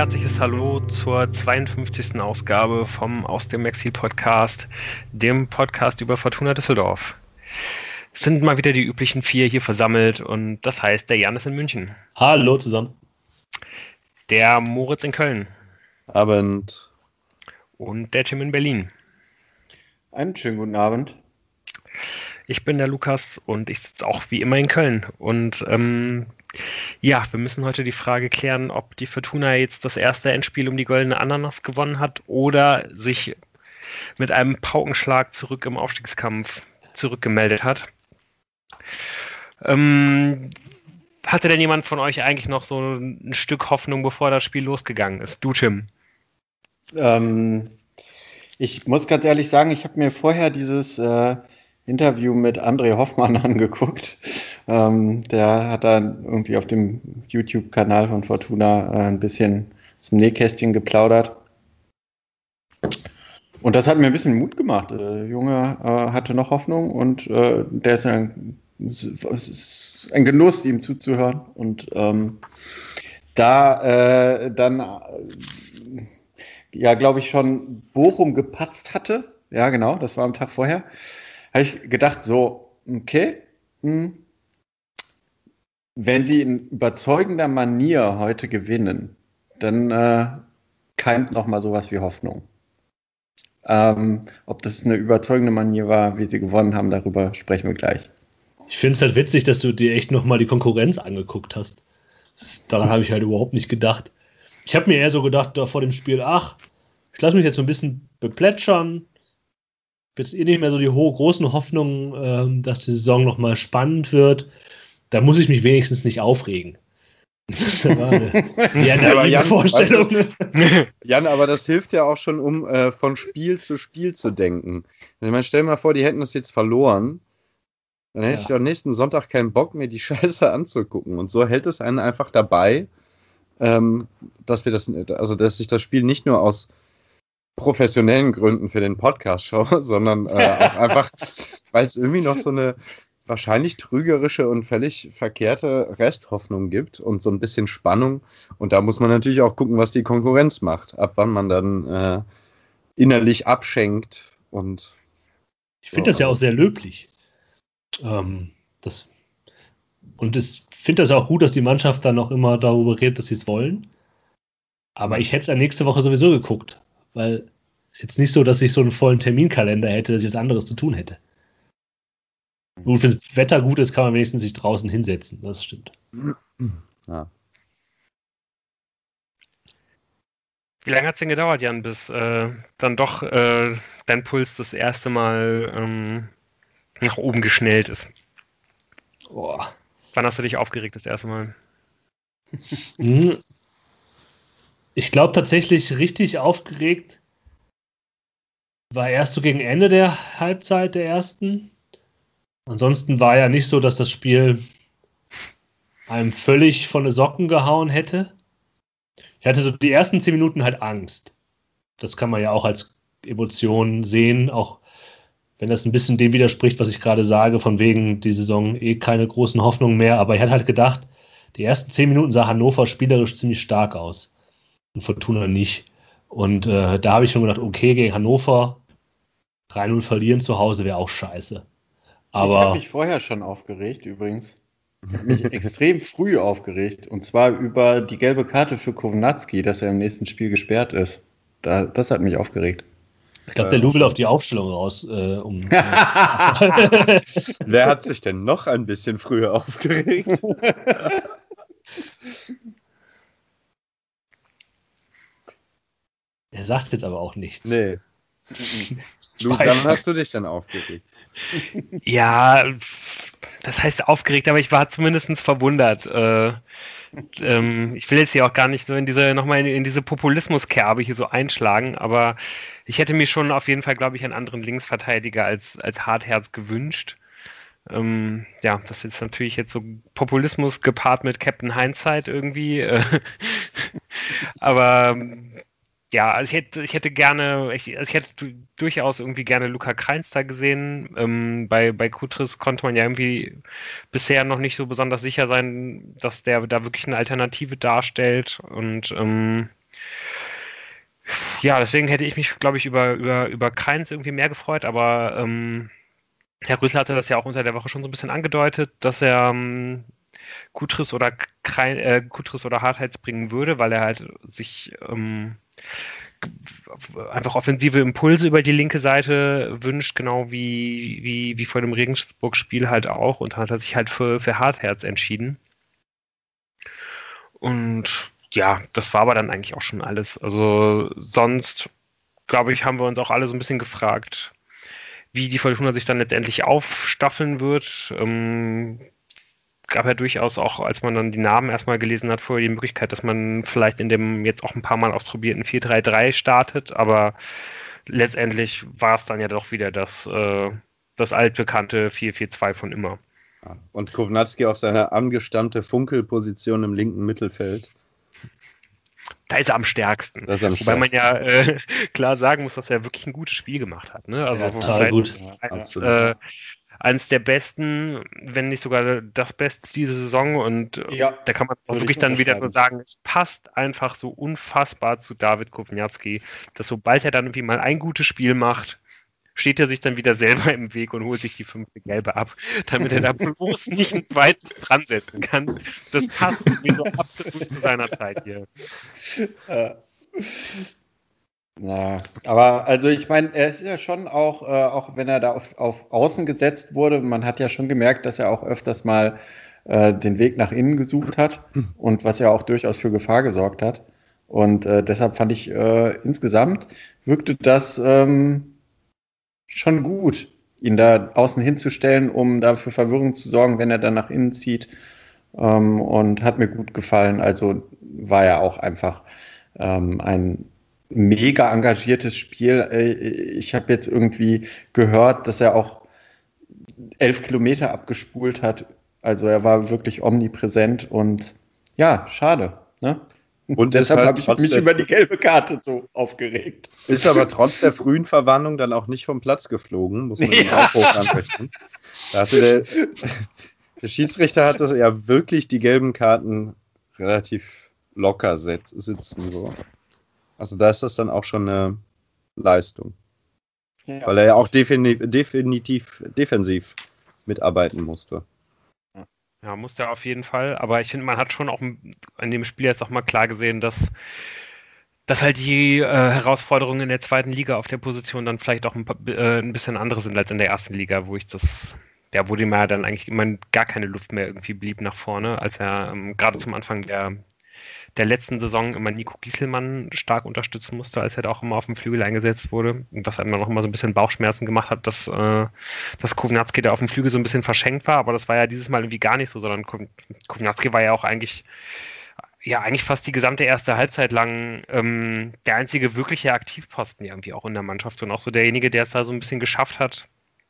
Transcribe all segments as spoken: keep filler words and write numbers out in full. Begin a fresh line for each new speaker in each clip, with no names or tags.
herzliches Hallo zur zweiundfünfzigsten Ausgabe vom Aus dem Exil Podcast, dem Podcast über Fortuna Düsseldorf. Es sind mal wieder die üblichen vier hier versammelt und das heißt, der Jan ist in München.
Hallo zusammen.
Der Moritz in Köln.
Abend.
Und der Tim in Berlin.
Einen schönen guten Abend.
Ich bin der Lukas und ich sitze auch wie immer in Köln. Und ähm, ja, wir müssen heute die Frage klären, ob die Fortuna jetzt das erste Endspiel um die Goldene Ananas gewonnen hat oder sich mit einem Paukenschlag zurück im Aufstiegskampf zurückgemeldet hat. Ähm, hatte denn jemand von euch eigentlich noch so ein Stück Hoffnung, bevor das Spiel losgegangen ist? Du, Tim.
Ähm, ich muss ganz ehrlich sagen, ich habe mir vorher dieses äh, Interview mit André Hoffmann angeguckt. Ähm, der hat dann irgendwie auf dem YouTube-Kanal von Fortuna äh, ein bisschen zum Nähkästchen geplaudert. Und das hat mir ein bisschen Mut gemacht. Der Junge äh, hatte noch Hoffnung und äh, der ist ein, es ist ein Genuss, ihm zuzuhören. Und ähm, da äh, dann, äh, ja, glaube ich, schon Bochum gepatzt hatte, ja genau, das war am Tag vorher, habe ich gedacht, so, okay, mh, wenn sie in überzeugender Manier heute gewinnen, dann äh, keimt noch mal sowas wie Hoffnung. Ähm, ob das eine überzeugende Manier war, wie sie gewonnen haben, darüber sprechen wir gleich.
Ich finde es halt witzig, dass du dir echt nochmal die Konkurrenz angeguckt hast. Das, daran habe ich halt überhaupt nicht gedacht. Ich habe mir eher so gedacht, da vor dem Spiel, ach, ich lasse mich jetzt so ein bisschen beplätschern. Jetzt eh nicht mehr so die hohe, großen Hoffnungen, ähm, dass die Saison nochmal spannend wird. Da muss ich mich wenigstens nicht aufregen. Das war eine sehr naive
Jan,
Vorstellung.
Weißt du, Jan, aber das hilft ja auch schon, um äh, von Spiel zu Spiel zu denken. Ich meine, stell dir mal vor, die hätten das jetzt verloren. Dann hätte ja. ich am nächsten Sonntag keinen Bock, mir die Scheiße anzugucken. Und so hält es einen einfach dabei, ähm, dass wir das, also dass ich das Spiel nicht nur aus professionellen Gründen für den Podcast schaue, sondern äh, auch einfach, weil es irgendwie noch so eine wahrscheinlich trügerische und völlig verkehrte Resthoffnung gibt und so ein bisschen Spannung. Und da muss man natürlich auch gucken, was die Konkurrenz macht, ab wann man dann äh, innerlich abschenkt. Und
ich finde so, das ja auch sehr löblich. Ähm, das, und ich finde das auch gut, dass die Mannschaft dann noch immer darüber redet, dass sie es wollen. Aber ich hätte es ja nächste Woche sowieso geguckt, weil es ist jetzt nicht so, dass ich so einen vollen Terminkalender hätte, dass ich was anderes zu tun hätte. Gut, wenn das Wetter gut ist, kann man wenigstens sich draußen hinsetzen. Das stimmt.
Ja.
Wie lange hat es denn gedauert, Jan, bis äh, dann doch äh, dein Puls das erste Mal ähm, nach oben geschnellt ist?
Oh.
Wann hast du dich aufgeregt das erste Mal?
Ich glaube tatsächlich richtig aufgeregt war erst so gegen Ende der Halbzeit der ersten. Ansonsten war ja nicht so, dass das Spiel einem völlig von den Socken gehauen hätte. Ich hatte so die ersten zehn Minuten halt Angst. Das kann man ja auch als Emotion sehen, auch wenn das ein bisschen dem widerspricht, was ich gerade sage, von wegen die Saison eh keine großen Hoffnungen mehr. Aber ich hatte halt gedacht, die ersten zehn Minuten sah Hannover spielerisch ziemlich stark aus und Fortuna nicht. Und äh, da habe ich schon gedacht, okay, gegen Hannover drei null verlieren zu Hause wäre auch scheiße.
Aber ich habe mich vorher schon aufgeregt, übrigens. Ich habe mich extrem früh aufgeregt. Und zwar über die gelbe Karte für Kownacki, dass er im nächsten Spiel gesperrt ist. Da, das hat mich aufgeregt.
Ich glaube, der Lou will auf die Aufstellung raus. Äh, um,
Wer hat sich denn noch ein bisschen früher aufgeregt?
Er sagt jetzt aber auch nichts.
Nee. Lou, dann hast du dich dann aufgeregt.
Ja, das heißt aufgeregt, aber ich war zumindest verwundert. Äh, ähm, ich will jetzt hier auch gar nicht so in diese, nochmal in, in diese Populismuskerbe hier so einschlagen, aber ich hätte mir schon auf jeden Fall, glaube ich, einen anderen Linksverteidiger als, als Hartherz gewünscht. Ähm, ja, das ist natürlich jetzt so Populismus gepaart mit Captain Hindsight irgendwie. Äh, aber ja, also ich hätte, ich hätte gerne, ich, also ich hätte du, durchaus irgendwie gerne Luca Kreins da gesehen. Ähm, bei, bei Kutris konnte man ja irgendwie bisher noch nicht so besonders sicher sein, dass der da wirklich eine Alternative darstellt. Und ähm, Ja, deswegen hätte ich mich, glaube ich, über, über, über Kreins irgendwie mehr gefreut, aber ähm, Herr Rösler hatte das ja auch unter der Woche schon so ein bisschen angedeutet, dass er ähm, Kutris oder Krein, äh, Kutris oder Hartheits bringen würde, weil er halt sich ähm, einfach offensive Impulse über die linke Seite wünscht, genau wie, wie, wie vor dem Regensburg-Spiel halt auch. Und dann hat er sich halt für, für Hartherz entschieden. Und ja, das war aber dann eigentlich auch schon alles. Also sonst, glaube ich, haben wir uns auch alle so ein bisschen gefragt, wie die Fortuna sich dann letztendlich aufstaffeln wird. Ähm, gab ja durchaus auch, als man dann die Namen erstmal gelesen hat, vorher die Möglichkeit, dass man vielleicht in dem jetzt auch ein paar Mal ausprobierten vier drei drei startet, aber letztendlich war es dann ja doch wieder das, äh, das altbekannte vier vier zwei von immer.
Und Kownacki auf seine angestammte Funkelposition im linken Mittelfeld.
Da ist er am stärksten.
Das ist am
Wobei man
stärksten.
ja äh, klar sagen muss, dass er wirklich ein gutes Spiel gemacht hat. Ne? Also
Ja, total gut.
Ein, äh, eines der besten, wenn nicht sogar das Beste diese Saison. Und
Ja,
da kann man auch wirklich dann wieder nur sagen, es passt einfach so unfassbar zu David Kownacki, dass sobald er dann irgendwie mal ein gutes Spiel macht, steht er sich dann wieder selber im Weg und holt sich die fünfte Gelbe ab, damit er da bloß nicht ein zweites dran setzen kann. Das passt mir so absolut zu seiner Zeit hier.
Äh, ja, aber also ich meine, er ist ja schon auch, äh, auch wenn er da auf, auf Außen gesetzt wurde, man hat ja schon gemerkt, dass er auch öfters mal äh, den Weg nach innen gesucht hat und was ja auch durchaus für Gefahr gesorgt hat. Und äh, deshalb fand ich äh, insgesamt wirkte das ähm, schon gut, ihn da außen hinzustellen, um da für Verwirrung zu sorgen, wenn er dann nach innen zieht. Ähm, und hat mir gut gefallen. Also war ja auch einfach ähm, ein mega engagiertes Spiel. Ich habe jetzt irgendwie gehört, dass er auch elf Kilometer abgespult hat. Also er war wirklich omnipräsent und ja, schade. Ne?
Und
deshalb
halt
habe ich mich über die gelbe Karte so aufgeregt.
Ist aber trotz der frühen Verwarnung dann auch nicht vom Platz geflogen, muss man ihm ja auch hoch anrechnen. Da hatte der, der Schiedsrichter hat das ja wirklich die gelben Karten relativ locker set, sitzen. So. Also da ist das dann auch schon eine Leistung. Ja. Weil er ja auch defini- definitiv defensiv mitarbeiten musste.
Ja, musste er auf jeden Fall, aber ich finde, man hat schon auch in dem Spiel jetzt auch mal klar gesehen, dass, dass halt die äh, Herausforderungen in der zweiten Liga auf der Position dann vielleicht auch ein, äh, ein bisschen andere sind als in der ersten Liga, wo ich das, ja, wo dem ja dann eigentlich immer gar keine Luft mehr irgendwie blieb nach vorne, als er ähm, gerade zum Anfang der der letzten Saison immer Nico Gieselmann stark unterstützen musste, als er da auch immer auf dem Flügel eingesetzt wurde. Und was einem dann noch immer so ein bisschen Bauchschmerzen gemacht hat, dass, äh, dass Kownacki da auf dem Flügel so ein bisschen verschenkt war. Aber das war ja dieses Mal irgendwie gar nicht so, sondern Kownacki war ja auch eigentlich, ja, eigentlich fast die gesamte erste Halbzeit lang ähm, der einzige wirkliche Aktivposten irgendwie auch in der Mannschaft und auch so derjenige, der es da so ein bisschen geschafft hat,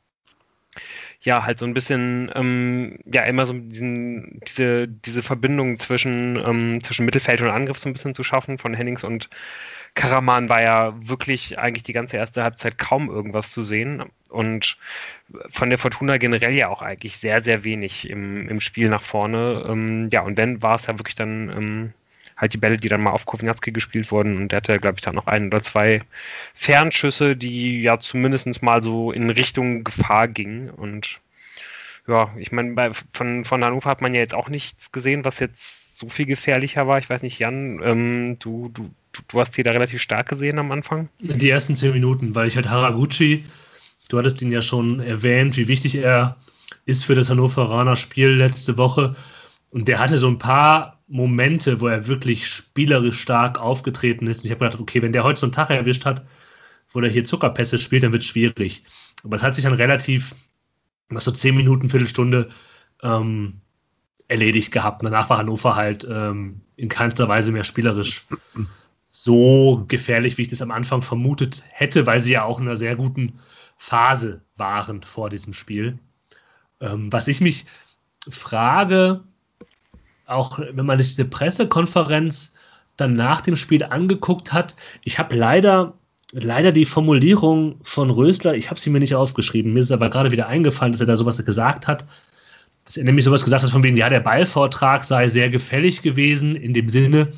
ja, halt so ein bisschen, ähm, ja, immer so diesen, diese, diese Verbindung zwischen, ähm, zwischen Mittelfeld und Angriff so ein bisschen zu schaffen. Von Hennings und Karaman war ja wirklich eigentlich die ganze erste Halbzeit kaum irgendwas zu sehen. Und von der Fortuna generell ja auch eigentlich sehr, sehr wenig im, im Spiel nach vorne. Ähm, ja, und wenn, war es ja wirklich dann ähm, halt die Bälle, die dann mal auf Kownacki gespielt wurden. Und der hatte, glaube ich, dann noch ein oder zwei Fernschüsse, die ja zumindest mal so in Richtung Gefahr gingen. Und ja, ich meine, von, von Hannover hat man ja jetzt auch nichts gesehen, was jetzt so viel gefährlicher war. Ich weiß nicht, Jan, ähm, du, du, du hast die da relativ stark gesehen am Anfang?
Die ersten zehn Minuten, weil ich halt Haraguchi, du hattest ihn ja schon erwähnt, wie wichtig er ist für das Hannoveraner Spiel letzte Woche. Und der hatte so ein paar Momente, wo er wirklich spielerisch stark aufgetreten ist. Und ich habe gedacht, okay, wenn der heute so einen Tag erwischt hat, wo er hier Zuckerpässe spielt, dann wird es schwierig. Aber es hat sich dann relativ, nach so zehn Minuten, Viertelstunde ähm, erledigt gehabt. Und danach war Hannover halt ähm, in keinster Weise mehr spielerisch so gefährlich, wie ich das am Anfang vermutet hätte, weil sie ja auch in einer sehr guten Phase waren vor diesem Spiel. Ähm, was ich mich frage, auch wenn man sich diese Pressekonferenz dann nach dem Spiel angeguckt hat, ich habe leider, leider die Formulierung von Rösler, ich habe sie mir nicht aufgeschrieben, mir ist es aber gerade wieder eingefallen, dass er da sowas gesagt hat, dass er nämlich sowas gesagt hat von wegen, ja, der Ballvortrag sei sehr gefällig gewesen, in dem Sinne,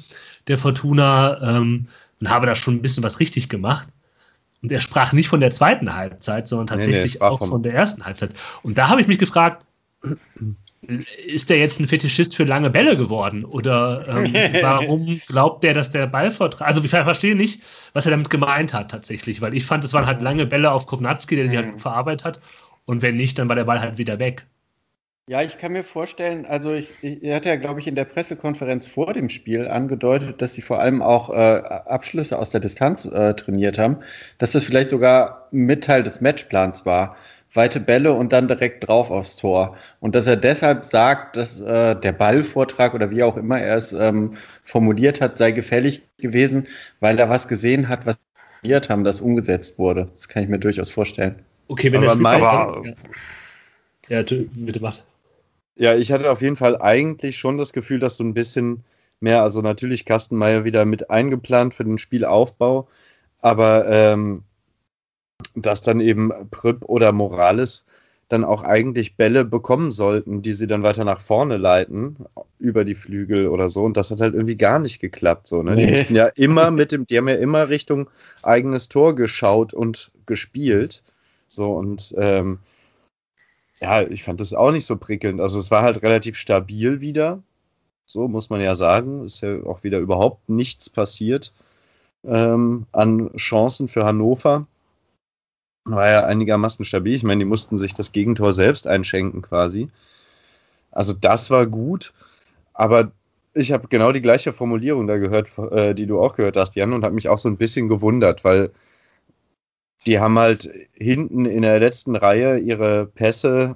der Fortuna ähm, und habe da schon ein bisschen was richtig gemacht. Und er sprach nicht von der zweiten Halbzeit, sondern tatsächlich nee, nee, auch von, von der ersten Halbzeit. Und da habe ich mich gefragt, ist der jetzt ein Fetischist für lange Bälle geworden? Oder ähm, warum glaubt der, dass der Ballvortrag... Also ich verstehe nicht, was er damit gemeint hat tatsächlich, weil ich fand, es waren halt lange Bälle auf Kovnatski, der sie halt gut verarbeitet hat. Und wenn nicht, dann war der Ball halt wieder weg.
Ja, ich kann mir vorstellen, also ich, ich er hat ja, glaube ich, in der Pressekonferenz vor dem Spiel angedeutet, dass sie vor allem auch äh, Abschlüsse aus der Distanz äh, trainiert haben, dass das vielleicht sogar mit Teil des Matchplans war. Weite Bälle und dann direkt drauf aufs Tor. Und dass er deshalb sagt, dass äh, der Ballvortrag oder wie auch immer er es ähm, formuliert hat, sei gefährlich gewesen, weil er was gesehen hat, was wir trainiert haben, das umgesetzt wurde. Das kann ich mir durchaus vorstellen.
Okay, wenn
aber
er es
mein,
aber, ja. ja, bitte macht.
Ja, ich hatte auf jeden Fall eigentlich schon das Gefühl, dass so ein bisschen mehr, also natürlich Kastenmeier wieder mit eingeplant für den Spielaufbau, aber ähm, dass dann eben Prüpp oder Morales dann auch eigentlich Bälle bekommen sollten, die sie dann weiter nach vorne leiten, über die Flügel oder so. Und das hat halt irgendwie gar nicht geklappt. So, ne? Die
Nee.
mussten ja immer mit dem, die haben ja immer Richtung eigenes Tor geschaut und gespielt. So, und ähm, ja, ich fand das auch nicht so prickelnd. Also es war halt relativ stabil wieder. So muss man ja sagen. Ist ja auch wieder überhaupt nichts passiert ähm, an Chancen für Hannover. War ja einigermaßen stabil. Ich meine, die mussten sich das Gegentor selbst einschenken quasi. Also das war gut. Aber ich habe genau die gleiche Formulierung da gehört, äh, die du auch gehört hast, Jan, und habe mich auch so ein bisschen gewundert, weil die haben halt hinten in der letzten Reihe ihre Pässe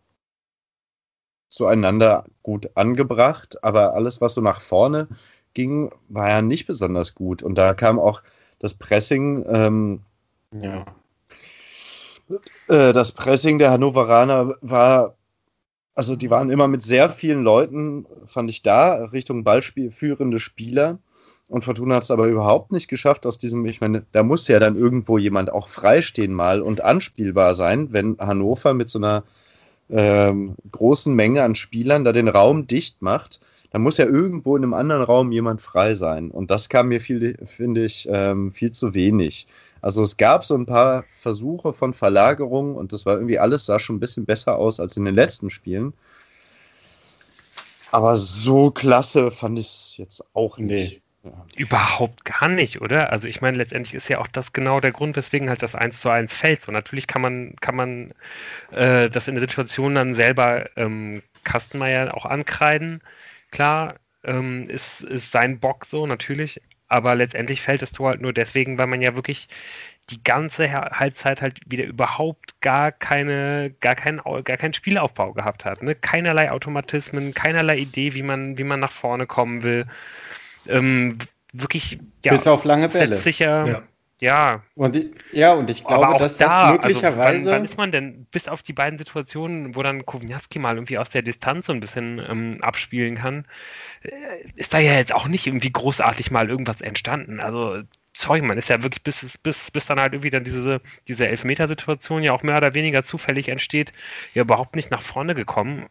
zueinander gut angebracht, aber alles, was so nach vorne ging, war ja nicht besonders gut. Und da kam auch das Pressing, ähm,
Ja.
äh, das Pressing der Hannoveraner war, also die waren immer mit sehr vielen Leuten, fand ich da, Richtung Ballspiel führende Spieler. Und Fortuna hat es aber überhaupt nicht geschafft aus diesem, ich meine, da muss ja dann irgendwo jemand auch freistehen mal und anspielbar sein, wenn Hannover mit so einer ähm, großen Menge an Spielern da den Raum dicht macht. Da muss ja irgendwo in einem anderen Raum jemand frei sein. Und das kam mir, viel, finde ich, ähm, viel zu wenig. Also es gab so ein paar Versuche von Verlagerung und das war irgendwie alles, sah schon ein bisschen besser aus als in den letzten Spielen. Aber so klasse fand ich es jetzt auch nicht.
Nee.
Ja. Überhaupt gar nicht, oder? Also ich meine, letztendlich ist ja auch das genau der Grund, weswegen halt das eins zu eins fällt. So natürlich kann man, kann man äh, das in der Situation dann selber ähm, Kastenmeier auch ankreiden. Klar, ähm, ist, ist sein Bock so, natürlich. Aber letztendlich fällt das Tor halt nur deswegen, weil man ja wirklich die ganze Halbzeit halt wieder überhaupt gar keine, gar keinen, gar keinen Spielaufbau gehabt hat. Ne? Keinerlei Automatismen, keinerlei Idee, wie man, wie man nach vorne kommen will. Ähm, wirklich, ja,
bis auf lange Bälle.
Sicher, ja. ja.
Und ich, ja, und ich glaube,
aber auch
dass
da,
das möglicherweise.
Also wann, wann ist man denn, bis auf die beiden Situationen, wo dann Kovnatski mal irgendwie aus der Distanz so ein bisschen ähm, abspielen kann, äh, ist da ja jetzt auch nicht irgendwie großartig mal irgendwas entstanden. Also, sorry, man ist ja wirklich, bis, bis, bis dann halt irgendwie dann diese, diese Elfmetersituation ja auch mehr oder weniger zufällig entsteht, ja überhaupt nicht nach vorne gekommen.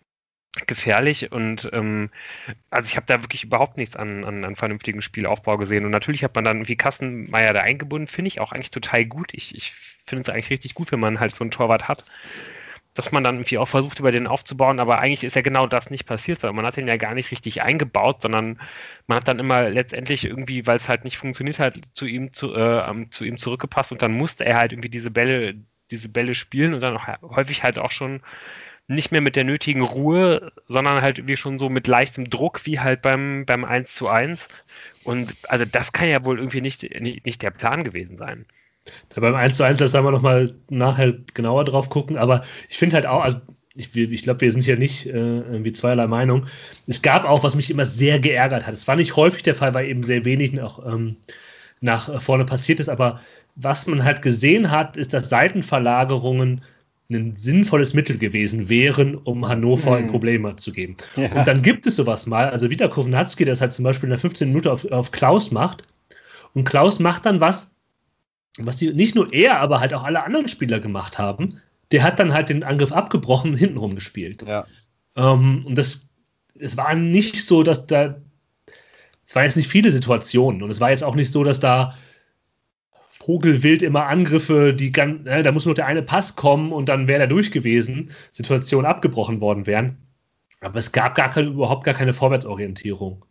Gefährlich und ähm, also ich habe da wirklich überhaupt nichts an, an, an vernünftigen Spielaufbau gesehen und natürlich hat man dann irgendwie Kastenmeier da eingebunden, finde ich auch eigentlich total gut. Ich, ich finde es eigentlich richtig gut, wenn man halt so einen Torwart hat, dass man dann irgendwie auch versucht, über den aufzubauen, aber eigentlich ist ja genau das nicht passiert, sondern man hat den ja gar nicht richtig eingebaut, sondern man hat dann immer letztendlich irgendwie, weil es halt nicht funktioniert hat, zu ihm, zu, äh, zu ihm zurückgepasst und dann musste er halt irgendwie diese Bälle, diese Bälle spielen und dann auch häufig halt auch schon nicht mehr mit der nötigen Ruhe, sondern halt wie schon so mit leichtem Druck, wie halt beim, beim eins zu eins. Und also das kann ja wohl irgendwie nicht, nicht, nicht der Plan gewesen sein.
Da beim eins zu eins, das sagen wir nochmal nachher genauer drauf gucken, aber ich finde halt auch, also ich, ich glaube, wir sind ja nicht äh, irgendwie zweierlei Meinung. Es gab auch, was mich immer sehr geärgert hat. Es war nicht häufig der Fall, weil eben sehr wenig noch ähm, nach vorne passiert ist, aber was man halt gesehen hat, ist, dass Seitenverlagerungen ein sinnvolles Mittel gewesen wären, um Hannover ein Problem zu geben. Ja. Und dann gibt es sowas mal, also wieder Kovnatski, das halt zum Beispiel in der fünfzehnten Minute auf, auf Klaus macht und Klaus macht dann was, was die, nicht nur er, aber halt auch alle anderen Spieler gemacht haben. Der hat dann halt den Angriff abgebrochen und hintenrum gespielt.
Ja.
Ähm, und das, es war nicht so, dass da es waren jetzt nicht viele Situationen und es war jetzt auch nicht so, dass da vogelwild immer Angriffe, die ganz, ne, da muss nur der eine Pass kommen und dann wäre er durch gewesen, Situationen abgebrochen worden wären. Aber es gab gar keine, überhaupt gar keine Vorwärtsorientierung.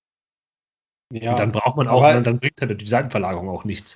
Ja,
und dann braucht man auch, dann, dann bringt halt die Seitenverlagerung auch nichts.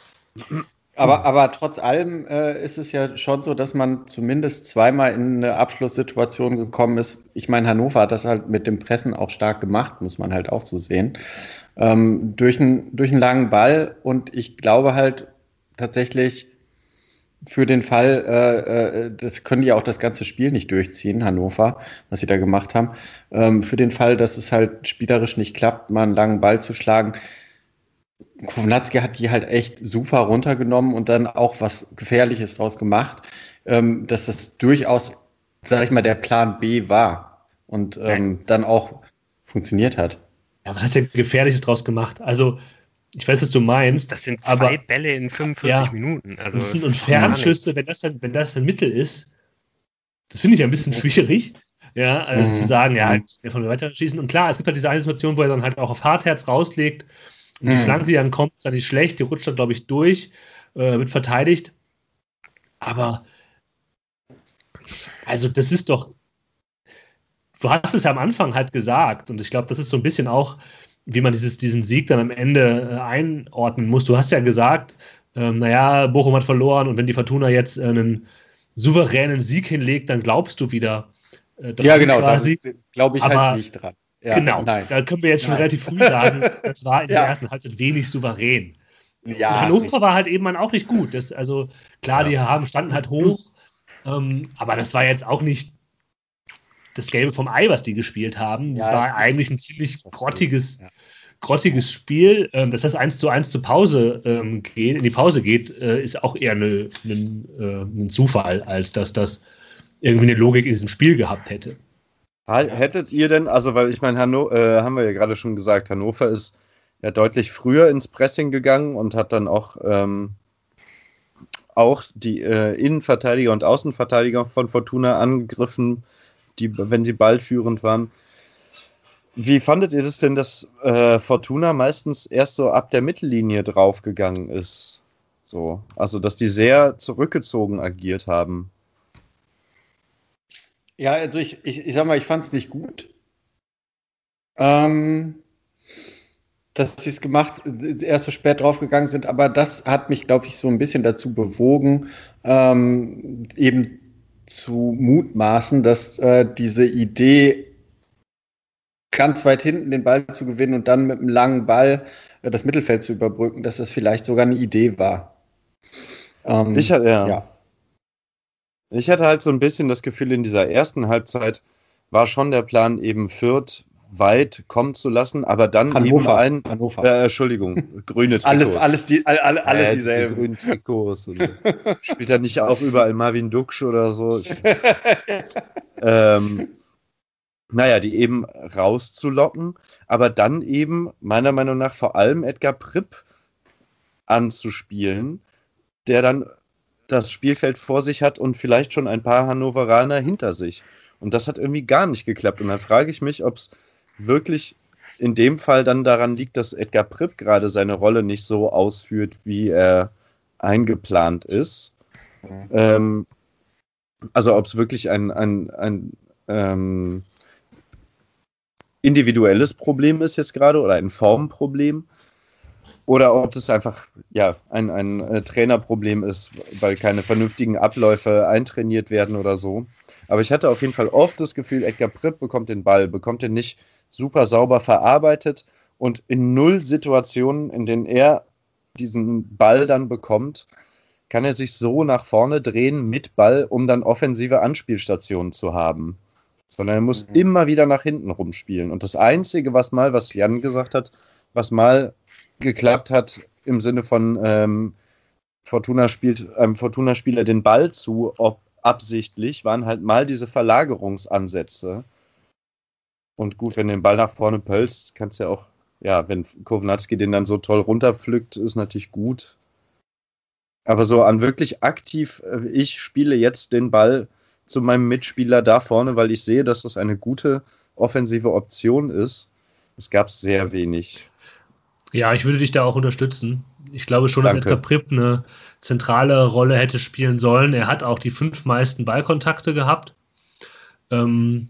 Aber, aber trotz allem äh, ist es ja schon so, dass man zumindest zweimal in eine Abschlusssituation gekommen ist. Ich meine, Hannover hat das halt mit dem Pressen auch stark gemacht, muss man halt auch so sehen. Ähm, durch, ein, durch einen langen Ball und ich glaube halt tatsächlich für den Fall, äh, äh, das können die ja auch das ganze Spiel nicht durchziehen, Hannover, was sie da gemacht haben, ähm, für den Fall, dass es halt spielerisch nicht klappt, mal einen langen Ball zu schlagen. Kownacki hat die halt echt super runtergenommen und dann auch was Gefährliches draus gemacht, ähm, dass das durchaus, sag ich mal, der Plan B war und ähm, dann auch funktioniert hat.
Ja, was hast du Gefährliches draus gemacht? Also, ich weiß, was du meinst.
Das sind zwei
aber,
Bälle in fünfundvierzig
ja,
Minuten. Also,
das sind und Fernschüsse, wenn das, dann, wenn das ein Mittel ist, das finde ich ein bisschen schwierig. Ja, also
Mhm.
zu sagen, ja, wir von weiter schießen. Und klar, es gibt halt diese eine Situation, wo er dann halt auch auf Hartherz rauslegt. Und die
Mhm.
Flanke, die dann kommt, ist dann nicht schlecht. Die rutscht dann, glaube ich, durch, äh, wird verteidigt. Aber, also, das ist doch. Du hast es ja am Anfang halt gesagt. Und ich glaube, das ist so ein bisschen auch, wie man dieses, diesen Sieg dann am Ende äh, einordnen muss. Du hast ja gesagt, ähm, naja, Bochum hat verloren. Und wenn die Fortuna jetzt äh, einen souveränen Sieg hinlegt, dann glaubst du wieder. Äh, dran
Ja, genau, da
quasi.
glaube ich
Aber-
halt nicht dran. Ja,
genau,
nein.
da können wir jetzt schon
Nein.
relativ früh sagen, das war in der
Ja.
ersten Halbzeit wenig souverän.
Ja,
und Hannover
richtig.
war halt eben auch nicht gut. Das, also klar,
Ja.
die haben, standen halt hoch, ähm, aber das war jetzt auch nicht das Gelbe vom Ei, was die gespielt haben. Das
Ja,
war
es ist-
eigentlich ein ziemlich grottiges,
Ja.
grottiges Spiel. Ähm, dass das eins zu eins zur Pause ähm, geht, in die Pause geht, äh, ist auch eher eine, eine, äh, ein Zufall, als dass das irgendwie eine Logik in diesem Spiel gehabt hätte.
Hättet ihr denn, also weil ich meine, Hanno, äh, haben wir ja gerade schon gesagt, Hannover ist ja deutlich früher ins Pressing gegangen und hat dann auch, ähm, auch die äh, Innenverteidiger und Außenverteidiger von Fortuna angegriffen, die, wenn sie ballführend waren. Wie fandet ihr das denn, dass äh, Fortuna meistens erst so ab der Mittellinie draufgegangen ist? So, also dass die sehr zurückgezogen agiert haben.
Ja, also ich, ich, ich sag mal, ich fand es nicht gut. Ähm, dass sie es gemacht, erst so spät draufgegangen sind, aber das hat mich, glaube ich, so ein bisschen dazu bewogen, ähm, eben zu mutmaßen, dass äh, diese Idee, ganz weit hinten den Ball zu gewinnen und dann mit einem langen Ball äh, das Mittelfeld zu überbrücken, dass das vielleicht sogar eine Idee war. Ähm,
Ich hatte, ja.
ja.
Ich hatte halt so ein bisschen das Gefühl, in dieser ersten Halbzeit war schon der Plan, eben Fürth weit kommen zu lassen, aber dann
Hannover.
eben ein,
Hannover.
äh, Entschuldigung, grüne Trikots.
Alles, alles, die, all, all, alles
äh, diese
dieselben.
grünen Trikots. Und spielt da nicht auch überall Marvin Duksch oder so. Ich, ähm, naja, die eben rauszulocken, aber dann eben meiner Meinung nach vor allem Edgar Pripp anzuspielen, der dann das Spielfeld vor sich hat und vielleicht schon ein paar Hannoveraner hinter sich. Und das hat irgendwie gar nicht geklappt. Und dann frage ich mich, ob es wirklich in dem Fall dann daran liegt, dass Edgar Pripp gerade seine Rolle nicht so ausführt, wie er eingeplant ist.
Mhm.
Ähm, also ob es wirklich ein, ein, ein ähm, individuelles Problem ist jetzt gerade oder ein Formproblem. Oder ob das einfach ja, ein, ein äh, Trainerproblem ist, weil keine vernünftigen Abläufe eintrainiert werden oder so. Aber ich hatte auf jeden Fall oft das Gefühl, Edgar Pripp bekommt den Ball, bekommt den nicht super sauber verarbeitet und in null Situationen, in denen er diesen Ball dann bekommt, kann er sich so nach vorne drehen mit Ball, um dann offensive Anspielstationen zu haben. Sondern er muss
Mhm.
immer wieder nach hinten rumspielen. Und das Einzige, was mal, was Jan gesagt hat, was mal geklappt hat im Sinne von ähm, Fortuna spielt einem Fortuna-Spieler den Ball zu, ob absichtlich, waren halt mal diese Verlagerungsansätze. Und gut, wenn du den Ball nach vorne pölst, kannst du ja auch, ja, wenn Kownacki den dann so toll runterpflückt, ist natürlich gut. Aber so an wirklich aktiv, äh, ich spiele jetzt den Ball zu meinem Mitspieler da vorne, weil ich sehe, dass das eine gute offensive Option ist. Es gab sehr wenig.
Ja, ich würde dich da auch unterstützen. Ich glaube schon, dass
Danke.
Edgar Pripp eine zentrale Rolle hätte spielen sollen. Er hat auch die fünf meisten Ballkontakte gehabt. Ähm,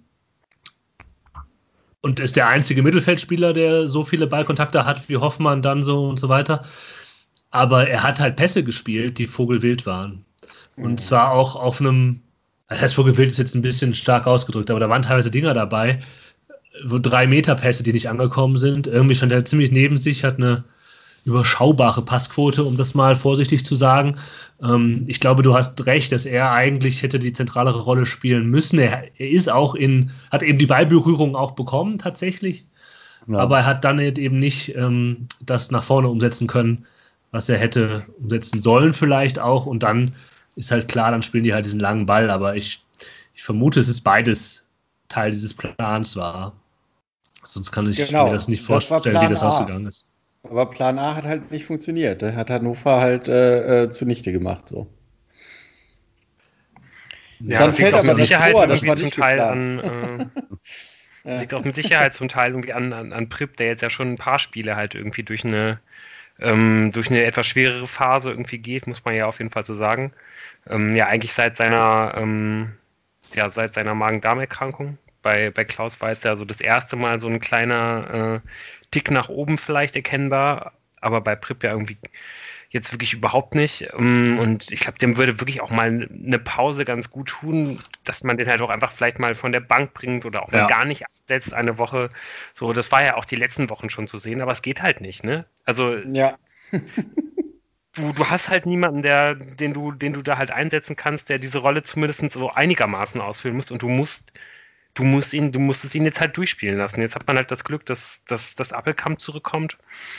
und ist der einzige Mittelfeldspieler, der so viele Ballkontakte hat wie Hoffmann dann so und so weiter. Aber er hat halt Pässe gespielt, die vogelwild waren. Und
Mhm.
zwar auch auf einem, das heißt, vogelwild ist jetzt ein bisschen stark ausgedrückt, aber da waren teilweise Dinger dabei, wo drei Meter Pässe, die nicht angekommen sind. Irgendwie stand er ziemlich neben sich, hat eine überschaubare Passquote, um das mal vorsichtig zu sagen. Ähm, ich glaube, du hast recht, dass er eigentlich hätte die zentralere Rolle spielen müssen. Er, er ist auch in, hat eben die Ballberührung auch bekommen, tatsächlich.
Ja.
Aber er hat dann eben nicht ähm, das nach vorne umsetzen können, was er hätte umsetzen sollen vielleicht auch. Und dann ist halt klar, dann spielen die halt diesen langen Ball. Aber ich, ich vermute, es ist beides Teil dieses Plans war. Sonst kann ich
Genau,
mir das nicht
das war
vorstellen,
Plan
wie das
A.
ausgegangen ist.
Aber Plan A hat halt nicht funktioniert. Der hat Hannover halt äh, äh, zunichte gemacht. So.
Ja,
Dann
das
fällt
liegt auch
aber
mit
das
Sicherheit
Tor, das
irgendwie
war
zum
nicht
Teil
geplant.
an, äh,
Ja.
liegt auch mit Sicherheit zum Teil irgendwie an, an, an Pripp, der jetzt ja schon ein paar Spiele halt irgendwie durch eine, ähm, durch eine etwas schwerere Phase irgendwie geht, muss man ja auf jeden Fall so sagen. Ähm, ja, eigentlich seit seiner, ähm, ja, seit seiner Magen-Darm-Erkrankung. Bei, bei Klaus war jetzt ja so das erste Mal so ein kleiner äh, Tick nach oben vielleicht erkennbar, aber bei Pripp ja irgendwie jetzt wirklich überhaupt nicht. Ähm, Und ich glaube, dem würde wirklich auch mal eine Pause ganz gut tun, dass man den halt auch einfach vielleicht mal von der Bank bringt oder auch mal
Ja.
gar nicht absetzt eine Woche. So, das war ja auch die letzten Wochen schon zu sehen, aber es geht halt nicht, ne? Also
Ja.
du, du hast halt niemanden, der, den du, den du da halt einsetzen kannst, der diese Rolle zumindest so einigermaßen ausfüllen muss und du musst Du musst ihn, du musst es ihn jetzt halt durchspielen lassen. Jetzt hat man halt das Glück, dass, dass, dass Appelkamp zurückkommt.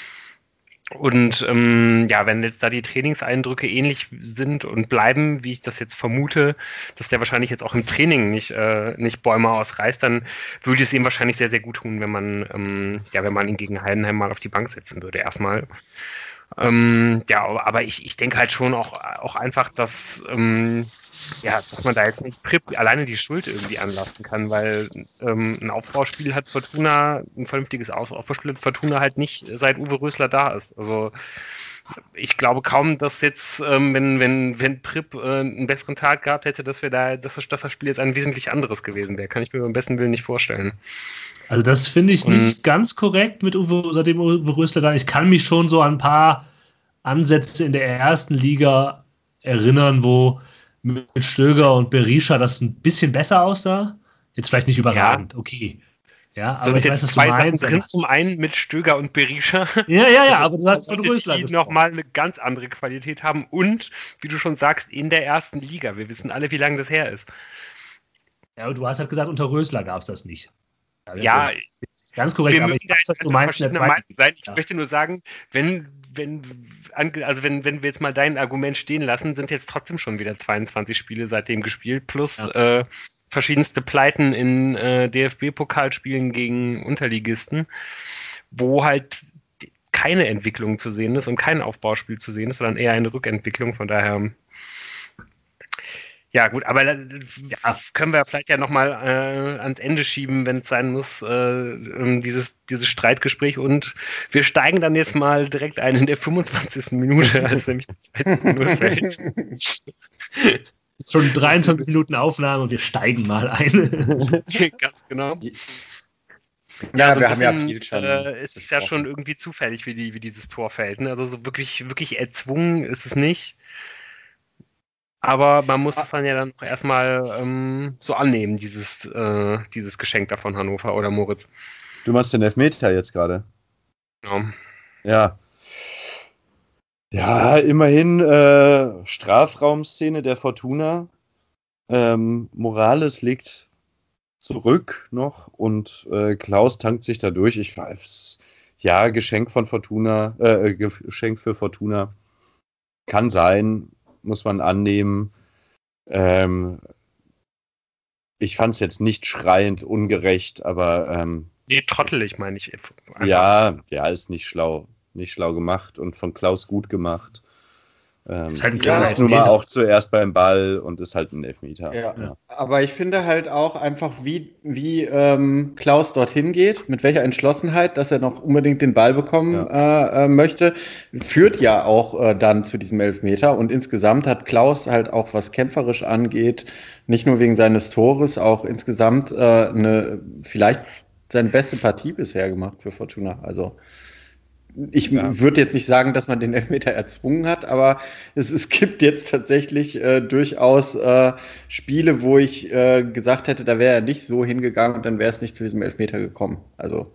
Und ähm, ja, wenn jetzt da die Trainingseindrücke ähnlich sind und bleiben, wie ich das jetzt vermute, dass der wahrscheinlich jetzt auch im Training nicht, äh, nicht Bäume ausreißt, dann würde es ihm wahrscheinlich sehr, sehr gut tun, wenn man, ähm, ja, wenn man ihn gegen Heidenheim mal auf die Bank setzen würde, erstmal. Ähm, ja, aber ich, ich denke halt schon auch, auch einfach, dass, ähm, ja, dass man da jetzt nicht Pripp alleine die Schuld irgendwie anlasten kann, weil ähm, ein Aufbauspiel hat Fortuna, ein vernünftiges Auf- Aufbauspiel hat Fortuna halt nicht seit Uwe Rösler da ist. Also ich glaube kaum, dass jetzt, ähm, wenn, wenn, wenn Pripp äh, einen besseren Tag gehabt hätte, dass wir da, dass das, dass das Spiel jetzt ein wesentlich anderes gewesen wäre. Kann ich mir beim besten Willen nicht vorstellen.
Also das finde ich
Und-
nicht ganz korrekt mit Uwe, seitdem Uwe Rösler da. Ich kann mich schon so an ein paar Ansätze in der ersten Liga erinnern, wo mit Stöger und Berisha das ein bisschen besser aussah. Jetzt vielleicht nicht überragend, okay. Ja,
Da
aber
sind
ich
jetzt
weiß, was du
zwei Sachen
meinst.
drin.
aber-
Zum einen mit Stöger und Berisha.
Ja, ja, ja,
Also,
aber du hast von
Leute,
Rösler
die
gesprochen.
nochmal eine ganz andere Qualität haben und, wie du schon sagst, in der ersten Liga. Wir wissen alle, wie lange das her ist.
Ja, und du hast halt gesagt, unter Rösler gab es das nicht.
Ja,
das ist ganz korrekt,
Wir
aber
mögen
ich
da
weiß,
jetzt
was du
einfach
meinst in der
verschiedener
zweiten
Meinung sein. Ich
Ja.
möchte nur sagen, wenn, wenn, ange- also wenn, wenn wir jetzt mal dein Argument stehen lassen, sind jetzt trotzdem schon wieder zweiundzwanzig Spiele seitdem gespielt, plus
Ja.
äh, verschiedenste Pleiten in äh, D F B-Pokalspielen gegen Unterligisten, wo halt die- keine Entwicklung zu sehen ist und kein Aufbauspiel zu sehen ist, sondern eher eine Rückentwicklung. Von daher, ja gut, aber äh, ja, können wir vielleicht ja nochmal äh, ans Ende schieben, wenn es sein muss, äh, ähm, dieses, dieses Streitgespräch. Und wir steigen dann jetzt mal direkt ein in der fünfundzwanzigsten Minute, als nämlich das zwei zu null fällt.
Schon dreiundzwanzig Minuten Aufnahme und wir steigen mal ein.
Ganz genau.
Ja,
so ein
wir haben ja
bisschen,
viel schon.
Äh, es ist ja
besprochen.
schon irgendwie zufällig, wie, die, wie dieses Tor fällt. Ne? Also so wirklich, wirklich erzwungen ist es nicht. Aber man muss es dann ja dann auch erstmal ähm, so annehmen, dieses, äh, dieses Geschenk da von Hannover oder Moritz.
Du machst den Elfmeter jetzt gerade.
Ja.
Ja. Ja, immerhin äh, Strafraumszene der Fortuna. Ähm, Morales liegt zurück noch und äh, Klaus tankt sich da durch. Ich weiß, ja, Geschenk von Fortuna, äh, Geschenk für Fortuna. Kann sein, muss man annehmen. Ähm, ich fand es jetzt nicht schreiend ungerecht, aber ähm,
Nee, trottelig meine ich. Einfach.
ja, ja, ist nicht schlau. Nicht schlau gemacht und von Klaus gut gemacht. Ähm,
Ist halt ein
er
klarer
ist nun mal
Elfmeter.
auch zuerst beim Ball und ist halt ein Elfmeter.
Ja.
Ja.
Aber ich finde halt auch einfach, wie, wie ähm, Klaus dorthin geht, mit welcher Entschlossenheit, dass er noch unbedingt den Ball bekommen äh, äh, möchte, führt ja auch äh, dann zu diesem Elfmeter. Und insgesamt hat Klaus halt auch, was kämpferisch angeht, nicht nur wegen seines Tores, auch insgesamt äh, eine vielleicht seine beste Partie bisher gemacht für Fortuna. Also ich
Ja.
würde jetzt nicht sagen, dass man den Elfmeter erzwungen hat, aber es, es gibt jetzt tatsächlich äh, durchaus äh, Spiele, wo ich äh, gesagt hätte, da wäre er nicht so hingegangen und dann wäre es nicht zu diesem Elfmeter gekommen. Also.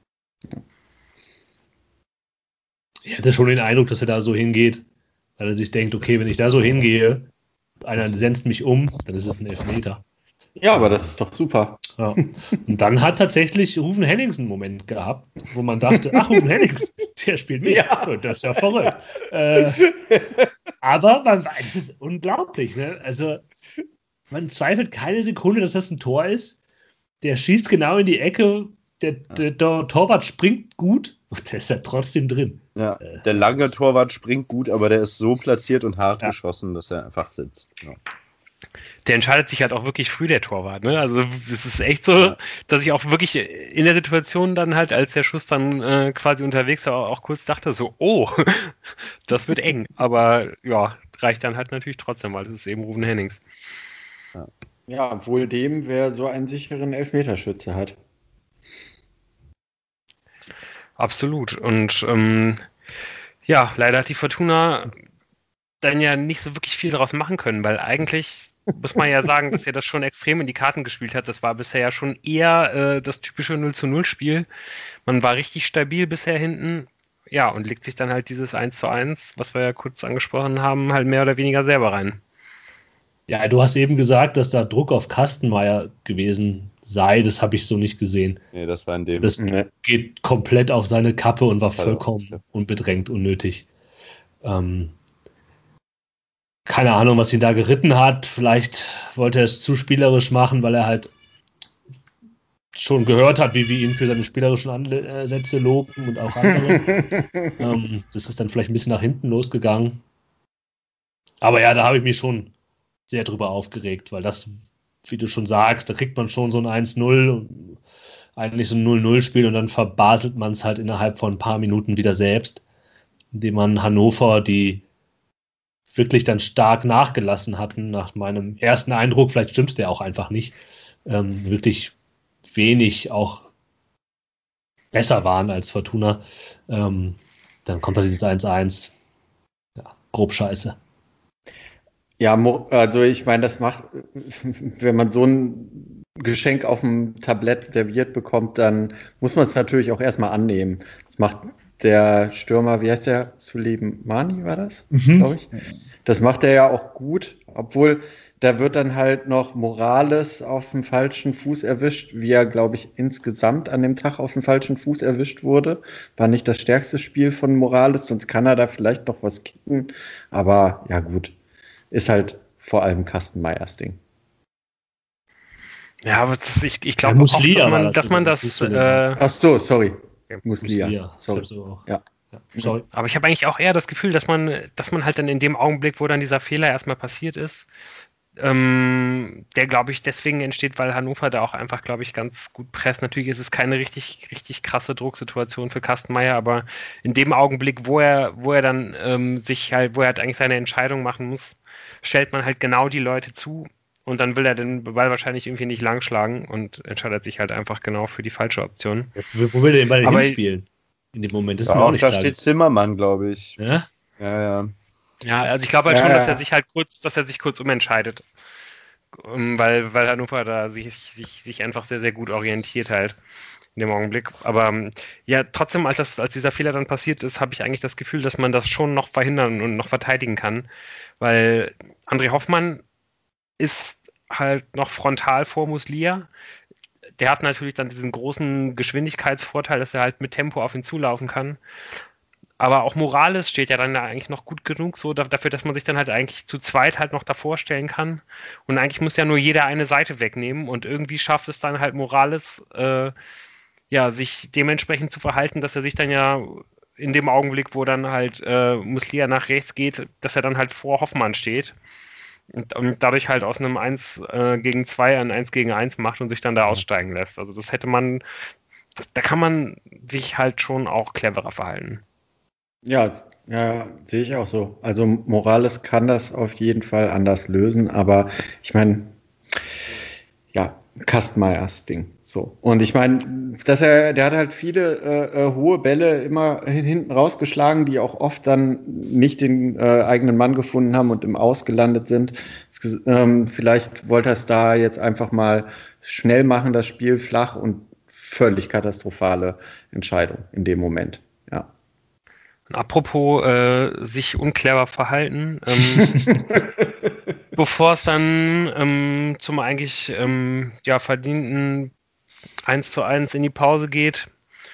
Ich hatte schon den Eindruck, dass er da so hingeht, weil er sich denkt, okay, wenn ich da so hingehe, einer senzt mich um, dann ist es ein Elfmeter.
Ja, aber das ist doch super.
Ja. Und dann hat tatsächlich Ruven Hennings einen Moment gehabt, wo man dachte, ach, Ruven Hennings, der spielt mit.
Ja.
Das ist ja verrückt. Äh, aber man weiß, es ist unglaublich. Ne? Also man zweifelt keine Sekunde, dass das ein Tor ist. Der schießt genau in die Ecke, der, der, der Torwart springt gut und der ist ja trotzdem drin.
Ja,
Äh,
der lange Torwart springt gut, aber der ist so platziert und hart
Ja.
geschossen, dass er einfach sitzt. Ja.
Der entscheidet sich halt auch wirklich früh, der Torwart. Ne? Also es ist echt so,
Ja.
dass ich auch wirklich in der Situation dann halt, als der Schuss dann äh, quasi unterwegs war, auch kurz dachte so, oh, das wird eng. Aber ja, reicht dann halt natürlich trotzdem, weil das ist eben Ruven Hennings.
Ja, wohl dem, wer so einen sicheren Elfmeterschütze hat.
Absolut. Und ähm, ja, leider hat die Fortuna dann ja nicht so wirklich viel daraus machen können, weil eigentlich muss man ja sagen, dass er das schon extrem in die Karten gespielt hat. Das war bisher ja schon eher äh, das typische null zu null Spiel. Man war richtig stabil bisher hinten. Ja, und legt sich dann halt dieses eins zu eins, was wir ja kurz angesprochen haben, halt mehr oder weniger selber rein.
Ja, du hast eben gesagt, dass da Druck auf Kastenmeier gewesen sei. Das habe ich so nicht gesehen.
Nee, das war in dem.
Das
Nee.
geht komplett auf seine Kappe und war
Hat er auch
vollkommen
nicht, ja.
unbedrängt, unnötig. Ähm, keine Ahnung, was ihn da geritten hat. Vielleicht wollte er es zu spielerisch machen, weil er halt schon gehört hat, wie wir ihn für seine spielerischen Ansätze loben und auch andere. ähm, das ist dann vielleicht ein bisschen nach hinten losgegangen. Aber ja, da habe ich mich schon sehr drüber aufgeregt, weil das, wie du schon sagst, da kriegt man schon so ein eins null und eigentlich so ein null null Spiel und dann verbaselt man es halt innerhalb von ein paar Minuten wieder selbst, indem man Hannover, die wirklich dann stark nachgelassen hatten, nach meinem ersten Eindruck, vielleicht stimmt der auch einfach nicht, ähm, wirklich wenig auch besser waren als Fortuna. Ähm, dann kommt da dieses eins eins. Ja, grob scheiße.
Ja, mo- also ich meine, das macht, wenn man so ein Geschenk auf dem Tablett serviert bekommt, dann muss man es natürlich auch erstmal annehmen. Das macht der Stürmer, wie heißt der? Suleimani war das,
Mhm.
glaube ich. Das macht er ja auch gut, obwohl da wird dann halt noch Morales auf dem falschen Fuß erwischt, wie er, glaube ich, insgesamt an dem Tag auf dem falschen Fuß erwischt wurde. War nicht das stärkste Spiel von Morales, sonst kann er da vielleicht noch was kicken. Aber ja gut, ist halt vor allem Kastenmeiers Ding.
Ja, aber das, ich, ich
Ja,
glaube auch,
Muslia
dass
war
man
das
dass, man
übrigens,
das
nicht so
äh,
der-
Ach so, sorry.
Okay.
Muslia.
Muslia.
Sorry.
So auch.
Ja.
Ja. Sorry.
aber ich habe eigentlich auch eher das Gefühl, dass man, dass man halt dann in dem Augenblick, wo dann dieser Fehler erstmal passiert ist, ähm, der, glaube ich, deswegen entsteht, weil Hannover da auch einfach, glaube ich, ganz gut presst. Natürlich ist es keine richtig, richtig krasse Drucksituation für Kastenmeier, aber in dem Augenblick, wo er, wo er dann ähm, sich halt, wo er halt eigentlich seine Entscheidung machen muss, stellt man halt genau die Leute zu und dann will er den Ball wahrscheinlich irgendwie nicht langschlagen und entscheidet sich halt einfach genau für die falsche Option.
Wo wo will der den Ball
Aber-
hinspielen? In dem Moment ist
Ja,
mir auch
auch
nicht
da
klar.
steht Zimmermann, glaube ich.
Ja?
Ja, ja.
Ja, also ich glaube halt
Ja,
schon,
ja.
dass er sich halt kurz, dass er sich kurz umentscheidet. Ähm, Weil, weil Hannover da sich, sich, sich einfach sehr, sehr gut orientiert halt in dem Augenblick. Aber ähm, ja, trotzdem, als, das, als dieser Fehler dann passiert ist, habe ich eigentlich das Gefühl, dass man das schon noch verhindern und noch verteidigen kann. Weil André Hoffmann ist halt noch frontal vor Muslia. Der hat natürlich dann diesen großen Geschwindigkeitsvorteil, dass er halt mit Tempo auf ihn zulaufen kann. Aber auch Morales steht ja dann da eigentlich noch gut genug so da- dafür, dass man sich dann halt eigentlich zu zweit halt noch davor stellen kann. Und eigentlich muss ja nur jeder eine Seite wegnehmen und irgendwie schafft es dann halt Morales, äh, ja, sich dementsprechend zu verhalten, dass er sich dann ja in dem Augenblick, wo dann halt äh, Muslia nach rechts geht, dass er dann halt vor Hoffmann steht und, und dadurch halt aus einem eins äh, gegen zwei ein eins gegen eins macht und sich dann da aussteigen lässt. Also das hätte man, das, da kann man sich halt schon auch cleverer verhalten.
Ja, ja, sehe ich auch so. Also Morales kann das auf jeden Fall anders lösen, aber ich meine, ja, Kastenmeyers Ding. So. Und ich meine, dass er, der hat halt viele äh, äh, hohe Bälle immer hin, hinten rausgeschlagen, die auch oft dann nicht den äh, eigenen Mann gefunden haben und im Aus gelandet sind. Es, ähm, vielleicht wollte er es da jetzt einfach mal schnell machen, das Spiel flach, und völlig katastrophale Entscheidung in dem Moment. Ja.
Apropos äh, sich unclever verhalten, ähm, bevor es dann ähm, zum eigentlich ähm, ja, verdienten eins zu eins in die Pause geht,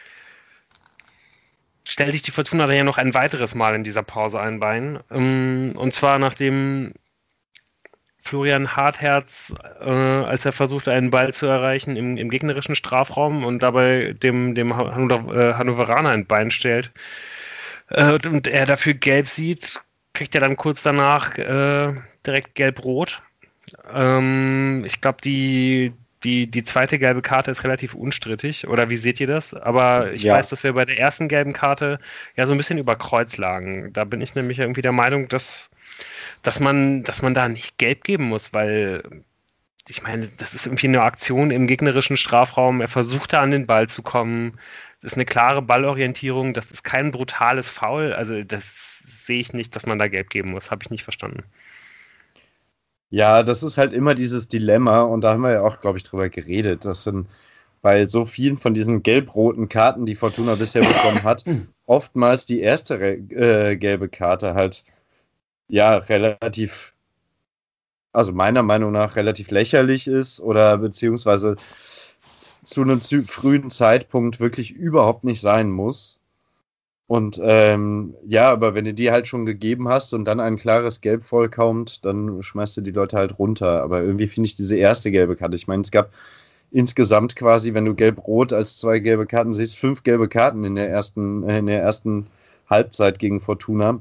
stellt sich die Fortuna dann ja noch ein weiteres Mal in dieser Pause ein Bein. Ähm, und zwar nachdem Florian Hartherz, äh, als er versuchte, einen Ball zu erreichen im, im gegnerischen Strafraum und dabei dem, dem Hannover, äh, Hannoveraner ein Bein stellt, und er dafür gelb sieht, kriegt er dann kurz danach äh, direkt gelb-rot. Ähm, ich glaube, die, die, die zweite gelbe Karte ist relativ unstrittig. Oder wie seht ihr das? Aber ich
Ja.
weiß, dass wir bei der ersten gelben Karte ja so ein bisschen über Kreuz lagen. Da bin ich nämlich irgendwie der Meinung, dass, dass, man, dass man da nicht gelb geben muss, weil ich meine, das ist irgendwie eine Aktion im gegnerischen Strafraum. Er versucht da an den Ball zu kommen. Das ist eine klare Ballorientierung. Das ist kein brutales Foul. Also das sehe ich nicht, dass man da gelb geben muss. Habe ich nicht verstanden.
Ja, das ist halt immer dieses Dilemma, und da haben wir ja auch, glaube ich, drüber geredet. Das sind bei so vielen von diesen gelb-roten Karten, die Fortuna bisher bekommen hat, oftmals die erste äh, gelbe Karte halt ja relativ, also meiner Meinung nach relativ lächerlich ist oder beziehungsweise zu einem zu frühen Zeitpunkt wirklich überhaupt nicht sein muss. Und ähm, ja, aber wenn du die halt schon gegeben hast und dann ein klares Gelb vollkommt, dann schmeißt du die Leute halt runter. Aber irgendwie finde ich diese erste gelbe Karte, ich meine, es gab insgesamt quasi, wenn du gelb-rot als zwei gelbe Karten siehst, fünf gelbe Karten in der ersten, in der ersten Halbzeit gegen Fortuna.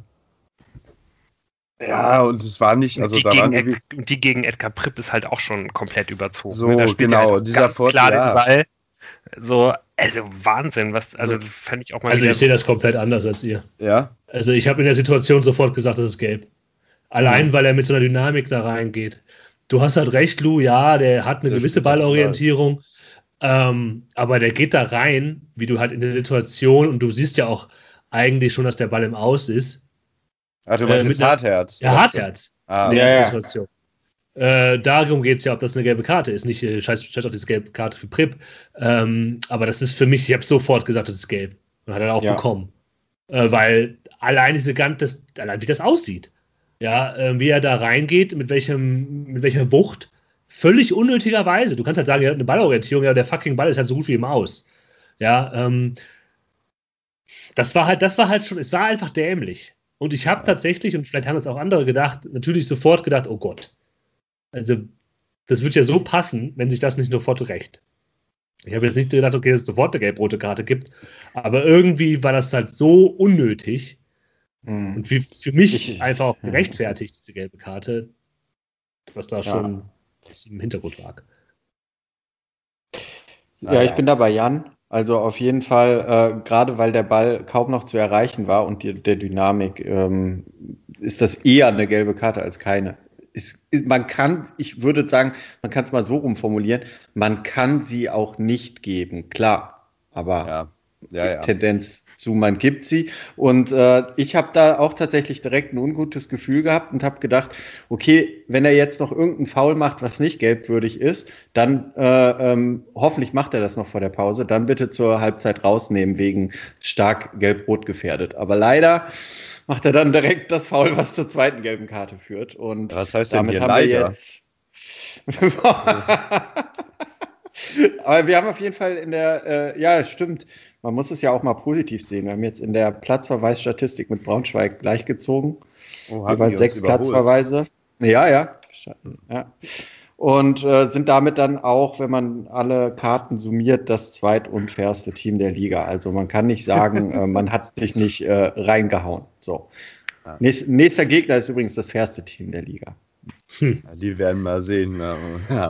Ja, und es war nicht, also
die
da
gegen
waren
Ed, die gegen Edgar Pripp ist halt auch schon komplett überzogen.
So,
ne? Da spielt
genau,
er halt
dieser
ganz
Fort-
klar
ja.
den Ball. So, also Wahnsinn, was, also
So.
fand ich auch mal
Also
wieder
ich sehe das komplett anders als ihr.
Ja,
Also ich habe in der Situation sofort gesagt, das ist gelb. Allein, weil er mit so einer Dynamik da reingeht. Du hast halt recht, Lou, ja, der hat eine
Der
gewisse
spielt halt den Ball.
Ballorientierung, ähm, aber der geht da rein, wie du halt in der Situation, und du siehst ja auch eigentlich schon, dass der Ball im Aus ist.
ach, du meinst
Äh,
jetzt
mit einer-
Hartherz?
Ja, Hartherz.
Ah,
in
Ja,
der
ja.
Situation. Äh, darum geht es ja, ob das eine gelbe Karte ist. Nicht äh, scheiß, scheiß auf diese gelbe Karte für Pripp. Ähm, aber das ist für mich, ich habe sofort gesagt, das ist gelb. Und hat er auch
Ja.
bekommen. Äh, weil allein diese ganze, das, allein wie das aussieht. Ja, äh, wie er da reingeht, mit welchem, mit welcher Wucht, völlig unnötigerweise. Du kannst halt sagen, er hat eine Ballorientierung, ja, der fucking Ball ist halt so gut wie im Aus. Ja, ähm, das war halt, das war halt schon, es war einfach dämlich. Und ich habe tatsächlich, und vielleicht haben das auch andere gedacht, natürlich sofort gedacht, oh Gott. Also, das wird ja so passen, wenn sich das nicht sofort rächt. Ich habe jetzt nicht gedacht, okay, dass es sofort eine gelb-rote Karte gibt, aber irgendwie war das halt so unnötig
Mhm.
und für, für mich
Ich-
einfach auch
ja.
gerechtfertigt, diese gelbe Karte, was da
Ja.
schon was im Hintergrund lag.
Ja, ich bin da bei Jan. Also auf jeden Fall, äh, gerade weil der Ball kaum noch zu erreichen war und die, der Dynamik, ähm, ist das eher eine gelbe Karte als keine. Ist, ist, man kann, ich würde sagen, man kann es mal so rumformulieren, man kann sie auch nicht geben, klar. Aber
ja, ja, ja.
Tendenz zu, man gibt sie. Und äh, ich habe da auch tatsächlich direkt ein ungutes Gefühl gehabt und habe gedacht, okay, wenn er jetzt noch irgendeinen Foul macht, was nicht gelbwürdig ist, dann äh, ähm, hoffentlich macht er das noch vor der Pause, dann bitte zur Halbzeit rausnehmen, wegen stark gelb-rot gefährdet. Aber leider macht er dann direkt das Foul, was zur zweiten gelben Karte führt. Und
Was heißt denn
damit
hier
haben
leider?
wir jetzt... Aber wir haben auf jeden Fall in der, äh, ja, stimmt, man muss es ja auch mal positiv sehen. Wir haben jetzt in der Platzverweisstatistik mit Braunschweig gleichgezogen.
Oh, haben die
Jeweils
uns
sechs
überholt?
Platzverweise. Ja, ja. ja. und äh, sind damit dann auch, wenn man alle Karten summiert, das zweitunfairste Team der Liga. Also man kann nicht sagen, äh, man hat sich nicht äh, reingehauen. So.
Ja.
Nächst, nächster Gegner ist übrigens das fairste Team der Liga.
Hm. Ja, die werden mal sehen. Ja, ja,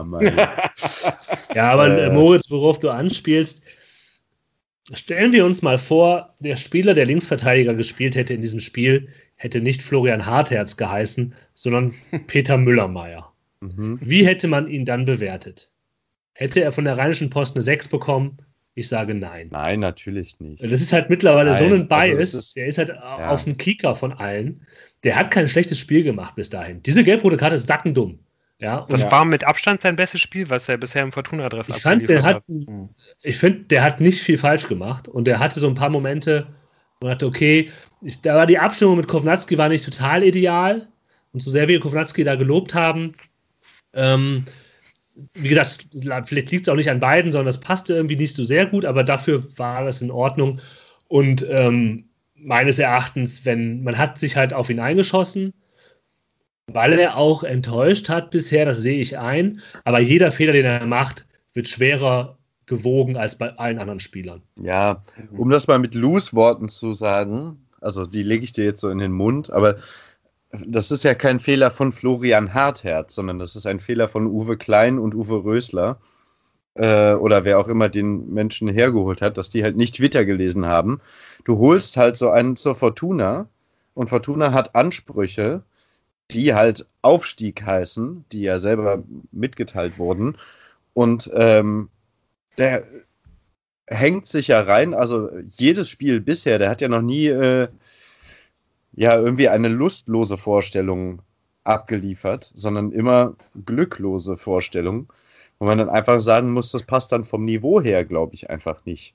ja aber äh, Moritz, worauf du anspielst, stellen wir uns mal vor, der Spieler, der Linksverteidiger gespielt hätte in diesem Spiel, hätte nicht Florian Hartherz geheißen, sondern Peter Müllermeier. Mhm. Wie hätte man ihn dann bewertet? Hätte er von der Rheinischen Post eine sechs bekommen? Ich sage nein.
Nein, natürlich nicht.
Das ist halt mittlerweile nein. so ein Bias, also ist, der ist halt ja. auf dem Kicker von allen. Der hat kein schlechtes Spiel gemacht bis dahin. Diese gelb-rote Karte ist dackendumm. Ja,
das
ja.
war mit Abstand sein bestes Spiel, was er bisher im Fortuna-Adress
ich fand, der hat. Ich finde, der hat nicht viel falsch gemacht. Und der hatte so ein paar Momente, wo man dachte, okay, ich, da war die Abstimmung mit Kovnatski war nicht total ideal. Und so sehr wir Kovnatski da gelobt haben, ähm, wie gesagt, vielleicht liegt es auch nicht an beiden, sondern das passte irgendwie nicht so sehr gut, aber dafür war das in Ordnung. Und ähm, meines Erachtens, wenn man hat sich halt auf ihn eingeschossen, weil er auch enttäuscht hat bisher, das sehe ich ein, aber jeder Fehler, den er macht, wird schwerer gewogen als bei allen anderen Spielern.
Ja, um das mal mit Loose-Worten zu sagen, also die lege ich dir jetzt so in den Mund, aber das ist ja kein Fehler von Florian Hartherz, sondern das ist ein Fehler von Uwe Klein und Uwe Rösler äh, oder wer auch immer den Menschen hergeholt hat, dass die halt nicht Twitter gelesen haben. Du holst halt so einen zur Fortuna und Fortuna hat Ansprüche, die halt Aufstieg heißen, die ja selber mitgeteilt wurden und ähm, der hängt sich ja rein, also jedes Spiel bisher, der hat ja noch nie äh, ja irgendwie eine lustlose Vorstellung abgeliefert, sondern immer glücklose Vorstellungen, wo man dann einfach sagen muss, das passt dann vom Niveau her, glaube ich, einfach nicht.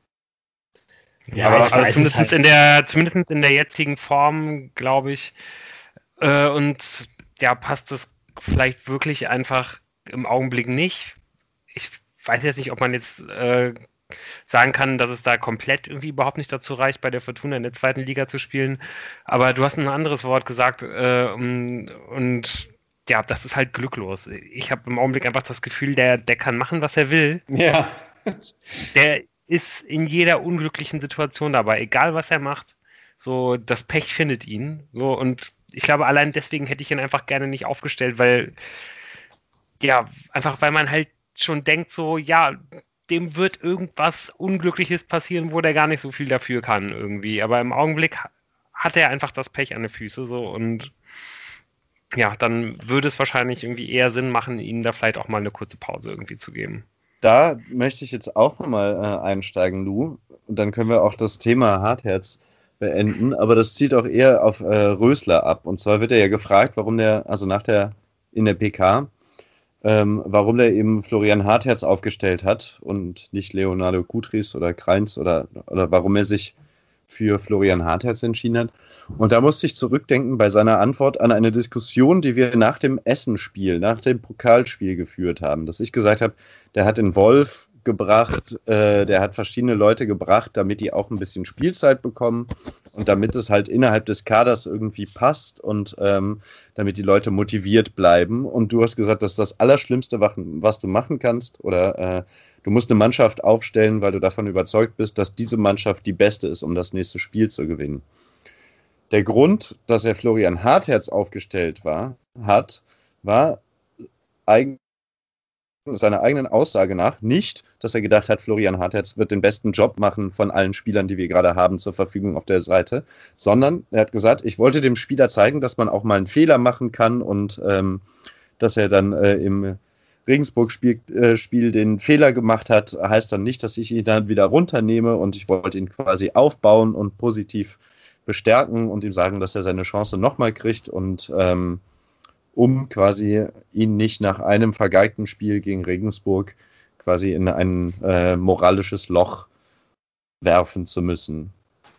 Ja, aber also zumindest, halt in der, zumindest in der jetzigen Form, glaube ich, äh, und ja, passt es vielleicht wirklich einfach im Augenblick nicht. Ich weiß jetzt nicht, ob man jetzt äh, sagen kann, dass es da komplett irgendwie überhaupt nicht dazu reicht, bei der Fortuna in der zweiten Liga zu spielen. Aber du hast ein anderes Wort gesagt äh, und, und ja, das ist halt glücklos. Ich habe im Augenblick einfach das Gefühl, der, der kann machen, was er will.
Ja.
Der ist in jeder unglücklichen Situation dabei, egal was er macht. So, das Pech findet ihn. So, und ich glaube, allein deswegen hätte ich ihn einfach gerne nicht aufgestellt, weil ja, einfach weil man halt schon denkt, so, ja, dem wird irgendwas Unglückliches passieren, wo der gar nicht so viel dafür kann irgendwie. Aber im Augenblick hat er einfach das Pech an den Füßen so und ja, dann würde es wahrscheinlich irgendwie eher Sinn machen, ihnen da vielleicht auch mal eine kurze Pause irgendwie zu geben.
Da möchte ich jetzt auch mal äh, einsteigen, Lu. Und dann können wir auch das Thema Hartherz beenden. Aber das zielt auch eher auf äh, Rösler ab. Und zwar wird er ja gefragt, warum der, also nach der, in der P K, ähm, warum der eben Florian Hartherz aufgestellt hat und nicht Leonardo Kutris oder Kreins oder, oder warum er sich für Florian Hartherz entschieden hat. Und da musste ich zurückdenken bei seiner Antwort an eine Diskussion, die wir nach dem Essen-Spiel, nach dem Pokalspiel geführt haben, dass ich gesagt habe, der hat den Wolf gebracht, äh, der hat verschiedene Leute gebracht, damit die auch ein bisschen Spielzeit bekommen und damit es halt innerhalb des Kaders irgendwie passt und ähm, damit die Leute motiviert bleiben. Und du hast gesagt, das ist das Allerschlimmste, was du machen kannst oder äh, du musst eine Mannschaft aufstellen, weil du davon überzeugt bist, dass diese Mannschaft die beste ist, um das nächste Spiel zu gewinnen. Der Grund, dass er Florian Hartherz aufgestellt war, hat, war eigentlich seiner eigenen Aussage nach nicht, dass er gedacht hat, Florian Hartherz wird den besten Job machen von allen Spielern, die wir gerade haben zur Verfügung auf der Seite, sondern er hat gesagt, ich wollte dem Spieler zeigen, dass man auch mal einen Fehler machen kann und ähm, dass er dann äh, im Regensburg-Spiel äh, Spiel den Fehler gemacht hat, heißt dann nicht, dass ich ihn dann wieder runternehme und ich wollte ihn quasi aufbauen und positiv bestärken und ihm sagen, dass er seine Chance nochmal kriegt und ähm, um quasi ihn nicht nach einem vergeigten Spiel gegen Regensburg quasi in ein äh, moralisches Loch werfen zu müssen.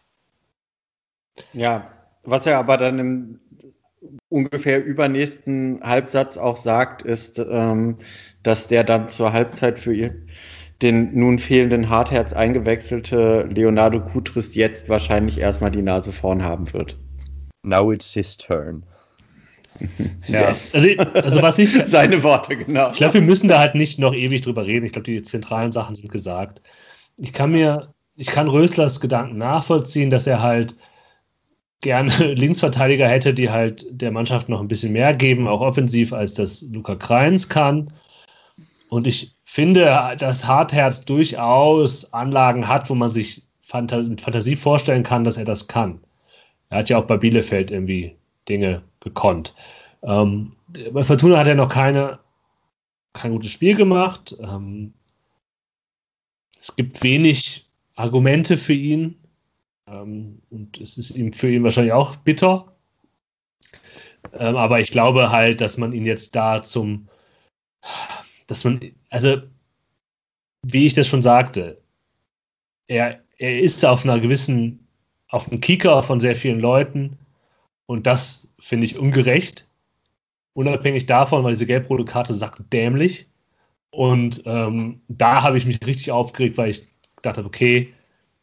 Ja, was er aber dann im ungefähr übernächsten Halbsatz auch sagt, ist, ähm, dass der dann zur Halbzeit für ihr, den nun fehlenden Hartherz eingewechselte Leonardo Kutris jetzt wahrscheinlich erstmal die Nase vorn haben wird.
Now it's his turn.
Ja.
Yes.
Also, also was ich.
Seine Worte, genau.
Ich glaube, wir müssen da halt nicht noch ewig drüber reden. Ich glaube, die zentralen Sachen sind gesagt. Ich kann mir, ich kann Röslers Gedanken nachvollziehen, dass er halt gerne Linksverteidiger hätte, die halt der Mannschaft noch ein bisschen mehr geben, auch offensiv, als das Luca Kreins kann. Und ich finde, dass Hartherz durchaus Anlagen hat, wo man sich Phanta- mit Fantasie vorstellen kann, dass er das kann. Er hat ja auch bei Bielefeld irgendwie Dinge gekonnt. Ähm, bei Fortuna hat er noch keine, kein gutes Spiel gemacht. Ähm, es gibt wenig Argumente für ihn. Ähm, und es ist ihm für ihn wahrscheinlich auch bitter. Ähm, aber ich glaube halt, dass man ihn jetzt da zum, dass man, also wie ich das schon sagte, er, er ist auf einer gewissen, auf einem Kieker von sehr vielen Leuten und das finde ich ungerecht. Unabhängig davon, weil diese gelb-rote Karte sackdämlich. Und ähm, da habe ich mich richtig aufgeregt, weil ich dachte, okay,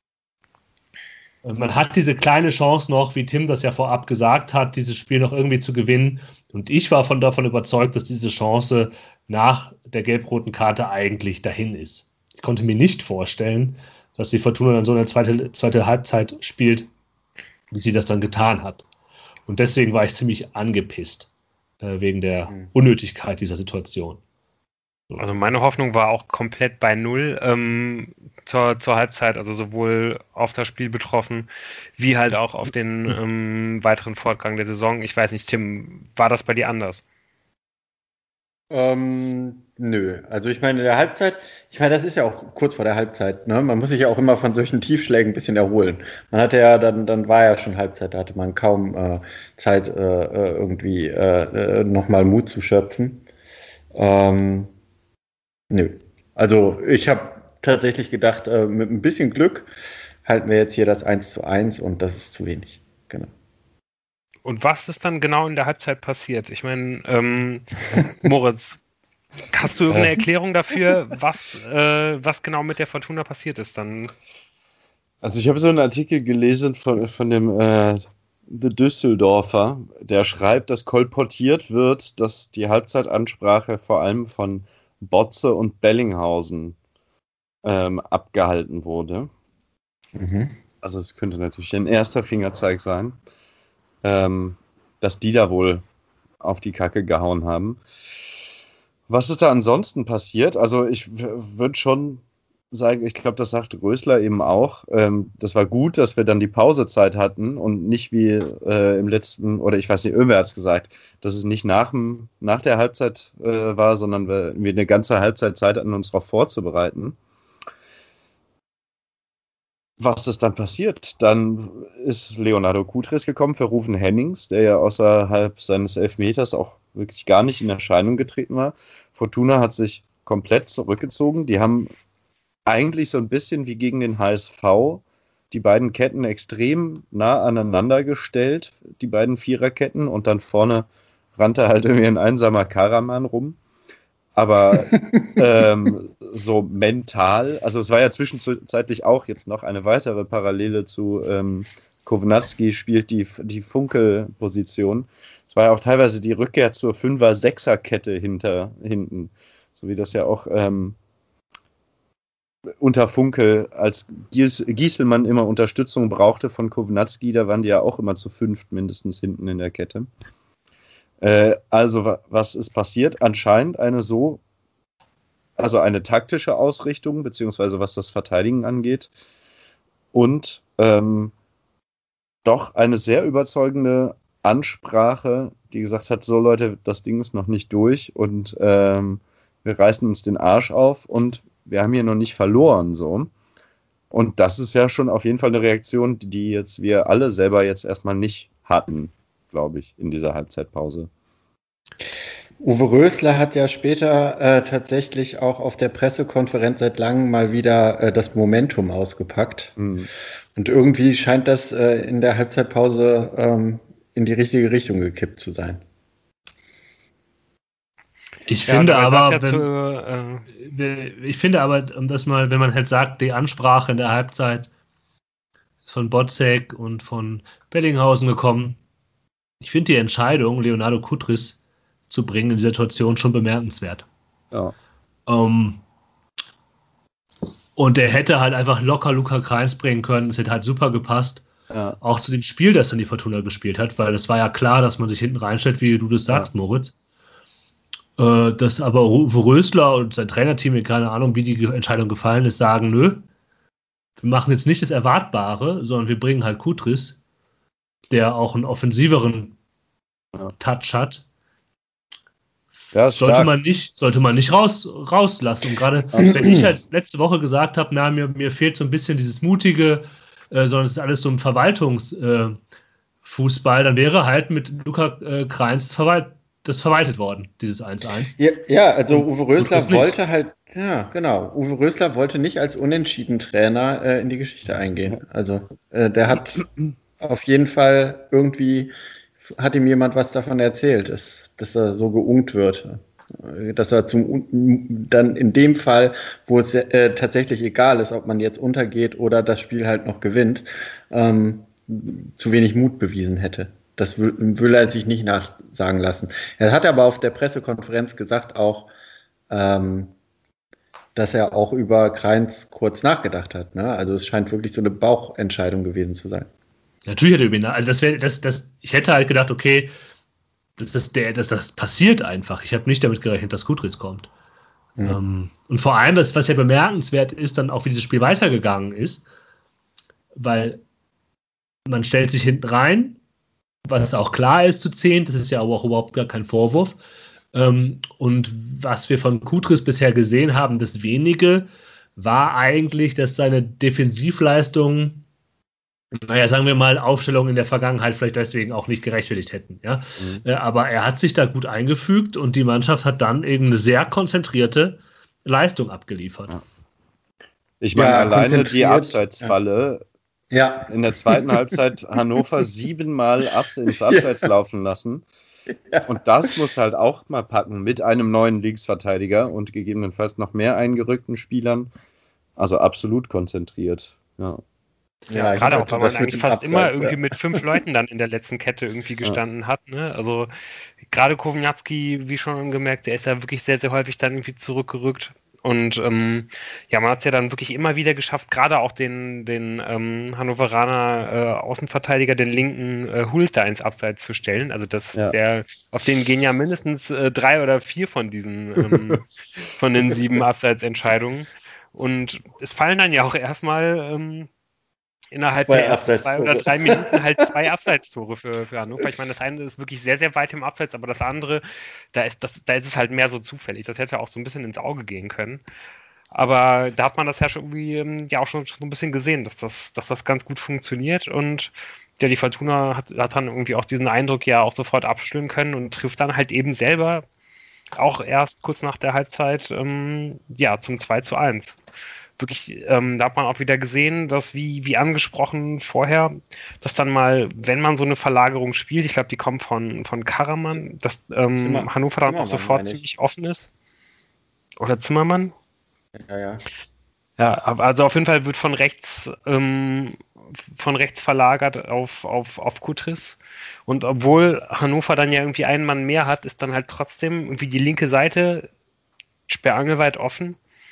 man hat diese kleine Chance noch, wie Tim das ja vorab gesagt hat, dieses Spiel noch irgendwie zu gewinnen. Und ich war von davon überzeugt, dass diese Chance nach der gelb-roten Karte eigentlich dahin ist. Ich konnte mir nicht vorstellen, dass die Fortuna dann so eine zweite, zweite Halbzeit spielt, wie sie das dann getan hat. Und deswegen war ich ziemlich angepisst äh, wegen der Unnötigkeit dieser Situation.
Also meine Hoffnung war auch komplett bei Null ähm, zur, zur Halbzeit, also sowohl auf das Spiel betroffen, wie halt auch auf den ähm, weiteren Fortgang der Saison. Ich weiß nicht, Tim, war das bei dir anders?
Ähm, nö, also ich meine, in der Halbzeit, ich meine, das ist ja auch kurz vor der Halbzeit, ne? Man muss sich ja auch immer von solchen Tiefschlägen ein bisschen erholen. Man hatte ja, dann, dann war ja schon Halbzeit, da hatte man kaum äh, Zeit, äh, irgendwie äh, nochmal Mut zu schöpfen. Ähm, nö. Also ich habe tatsächlich gedacht, äh, mit ein bisschen Glück halten wir jetzt hier das eins zu eins und das ist zu wenig. Genau.
Und was ist dann genau in der Halbzeit passiert? Ich meine, ähm, Moritz, hast du irgendeine Erklärung dafür, was, äh, was genau mit der Fortuna passiert ist dann?
Also ich habe so einen Artikel gelesen von, von dem äh, The Düsseldorfer, der schreibt, dass kolportiert wird, dass die Halbzeitansprache vor allem von Botze und Bellinghausen ähm, abgehalten wurde.
Mhm.
Also es könnte natürlich ein erster Fingerzeig sein, ähm, dass die da wohl auf die Kacke gehauen haben. Was ist da ansonsten passiert? Also ich würde schon sagen, ich glaube, das sagt Rösler eben auch. Ähm, das war gut, dass wir dann die Pausezeit hatten und nicht wie äh, im letzten, oder ich weiß nicht, irgendwer hat es gesagt, dass es nicht nach, dem, nach der Halbzeit äh, war, sondern wir, wir eine ganze Halbzeit Zeit hatten, uns darauf vorzubereiten. Was ist dann passiert? Dann ist Leonardo Kutris gekommen für Rufen Hennings, der ja außerhalb seines Elfmeters auch wirklich gar nicht in Erscheinung getreten war. Fortuna hat sich komplett zurückgezogen. Die haben eigentlich so ein bisschen wie gegen den H S V die beiden Ketten extrem nah aneinander gestellt, die beiden Viererketten, und dann vorne rannte halt irgendwie ein einsamer Karaman rum. Aber ähm, so mental, also es war ja zwischenzeitlich auch jetzt noch eine weitere Parallele zu ähm, Kovnatski spielt die, die Funkel-Position. Es war ja auch teilweise die Rückkehr zur Fünfer-Sechser-Kette hinter, hinten, so wie das ja auch ähm, unter Funkel, als Gies, Gieselmann immer Unterstützung brauchte von Kovnatski, da waren die ja auch immer zu fünft mindestens hinten in der Kette. Äh, also, was ist passiert? Anscheinend eine so, also eine taktische Ausrichtung, beziehungsweise was das Verteidigen angeht, und ähm, doch eine sehr überzeugende Ansprache, die gesagt hat, so Leute, das Ding ist noch nicht durch und ähm, wir reißen uns den Arsch auf und wir haben hier noch nicht verloren, so. Und das ist ja schon auf jeden Fall eine Reaktion, die jetzt wir alle selber jetzt erstmal nicht hatten, glaube ich, in dieser Halbzeitpause.
Uwe Rösler hat ja später äh, tatsächlich auch auf der Pressekonferenz seit langem mal wieder äh, das Momentum ausgepackt. Mhm. Und irgendwie scheint das äh, in der Halbzeitpause ähm, in die richtige Richtung gekippt zu sein.
Ich ja, finde aber,
ja
wenn,
zu,
äh, ich finde aber, um das mal, wenn man halt sagt, die Ansprache in der Halbzeit ist von Botzek und von Bellinghausen gekommen, ich finde die Entscheidung, Leonardo Kutris zu bringen in dieser Situation schon bemerkenswert.
Ja.
Um, und er hätte halt einfach locker Luca Kreins bringen können. Das hätte halt super gepasst.
Ja.
Auch zu dem Spiel, das dann die Fortuna gespielt hat, weil es war ja klar, dass man sich hinten reinstellt, wie du das sagst, ja. Moritz. Äh, dass aber Uwe Rösler und sein Trainerteam, keine Ahnung, wie die Entscheidung gefallen ist, sagen, nö, wir machen jetzt nicht das Erwartbare, sondern wir bringen halt Kutris, der auch einen offensiveren ja. Touch hat.
Ja,
sollte man nicht, sollte man nicht raus, rauslassen. Und gerade wenn ich halt letzte Woche gesagt habe, na, mir, mir fehlt so ein bisschen dieses mutige, äh, sondern es ist alles so ein Verwaltungsfußball, äh, dann wäre halt mit Luca äh, Kreins verwalt, das verwaltet worden, dieses eins eins.
Ja, ja, also Uwe Rösler wollte halt, ja, genau, Uwe Rösler wollte nicht als Unentschieden-Trainer äh, in die Geschichte eingehen. Also äh, der hat auf jeden Fall irgendwie, hat ihm jemand was davon erzählt, dass, dass er so geungt wird. Dass er zum dann in dem Fall, wo es äh, tatsächlich egal ist, ob man jetzt untergeht oder das Spiel halt noch gewinnt, ähm, zu wenig Mut bewiesen hätte. Das will, will er sich nicht nachsagen lassen. Er hat aber auf der Pressekonferenz gesagt auch, ähm, dass er auch über Kreins kurz nachgedacht hat. Ne? Also es scheint wirklich so eine Bauchentscheidung gewesen zu sein.
Natürlich hätte er über ihn, also das wäre, das, das, ich hätte halt gedacht, okay, das, das, der, das, das passiert einfach. Ich habe nicht damit gerechnet, dass Kutris kommt. Mhm. Ähm, und vor allem, was, was ja bemerkenswert ist, dann auch, wie dieses Spiel weitergegangen ist, weil man stellt sich hinten rein, was auch klar ist zu zehn, das ist ja aber auch überhaupt gar kein Vorwurf. Ähm, und was wir von Kutris bisher gesehen haben, das wenige, war eigentlich, dass seine Defensivleistung, naja, sagen wir mal, Aufstellungen in der Vergangenheit vielleicht deswegen auch nicht gerechtfertigt hätten. Ja? Mhm. Äh, aber er hat sich da gut eingefügt und die Mannschaft hat dann eben eine sehr konzentrierte Leistung abgeliefert.
Ja. Ich meine, ja, alleine die Abseitsfalle,
ja.
in der zweiten Halbzeit Hannover siebenmal abs- ins Abseits ja. laufen lassen. Ja. Und das muss halt auch mal packen mit einem neuen Linksverteidiger und gegebenenfalls noch mehr eingerückten Spielern. Also absolut konzentriert. Ja.
Ja, ja, gerade auch, weil man eigentlich fast Abseits, immer irgendwie ja. mit fünf Leuten dann in der letzten Kette irgendwie gestanden ja. hat. Ne? Also gerade Kowalski, wie schon angemerkt, der ist ja wirklich sehr, sehr häufig dann irgendwie zurückgerückt. Und ähm, ja, man hat es ja dann wirklich immer wieder geschafft, gerade auch den, den ähm, Hannoveraner äh, Außenverteidiger, den linken äh, Hult da ins Abseits zu stellen. Also das, ja. der, auf den gehen ja mindestens äh, drei oder vier von diesen ähm, von den sieben Abseitsentscheidungen. Und es fallen dann ja auch erstmal ähm, innerhalb zwei der ersten zwei oder drei Minuten halt zwei Abseitstore für, für Hannover. Ich meine, das eine ist wirklich sehr, sehr weit im Abseits, aber das andere, da ist, das, da ist es halt mehr so zufällig. Das hätte ja auch so ein bisschen ins Auge gehen können. Aber da hat man das ja schon irgendwie ja auch schon, schon so ein bisschen gesehen, dass das, dass das ganz gut funktioniert. Und ja, die Fortuna hat, hat dann irgendwie auch diesen Eindruck ja auch sofort abstellen können und trifft dann halt eben selber auch erst kurz nach der Halbzeit ähm, ja, zum zwei zu eins. Wirklich, ähm, da hat man auch wieder gesehen, dass wie, wie angesprochen vorher, dass dann mal, wenn man so eine Verlagerung spielt, ich glaube, die kommt von, von Karaman, dass ähm, Zimmer, Hannover dann auch sofort ziemlich offen ist. Oder Zimmermann?
Ja, ja.
Ja, also auf jeden Fall wird von rechts ähm, von rechts verlagert auf, auf, auf Kutris. Und obwohl Hannover dann ja irgendwie einen Mann mehr hat, ist dann halt trotzdem irgendwie die linke Seite sperrangelweit offen.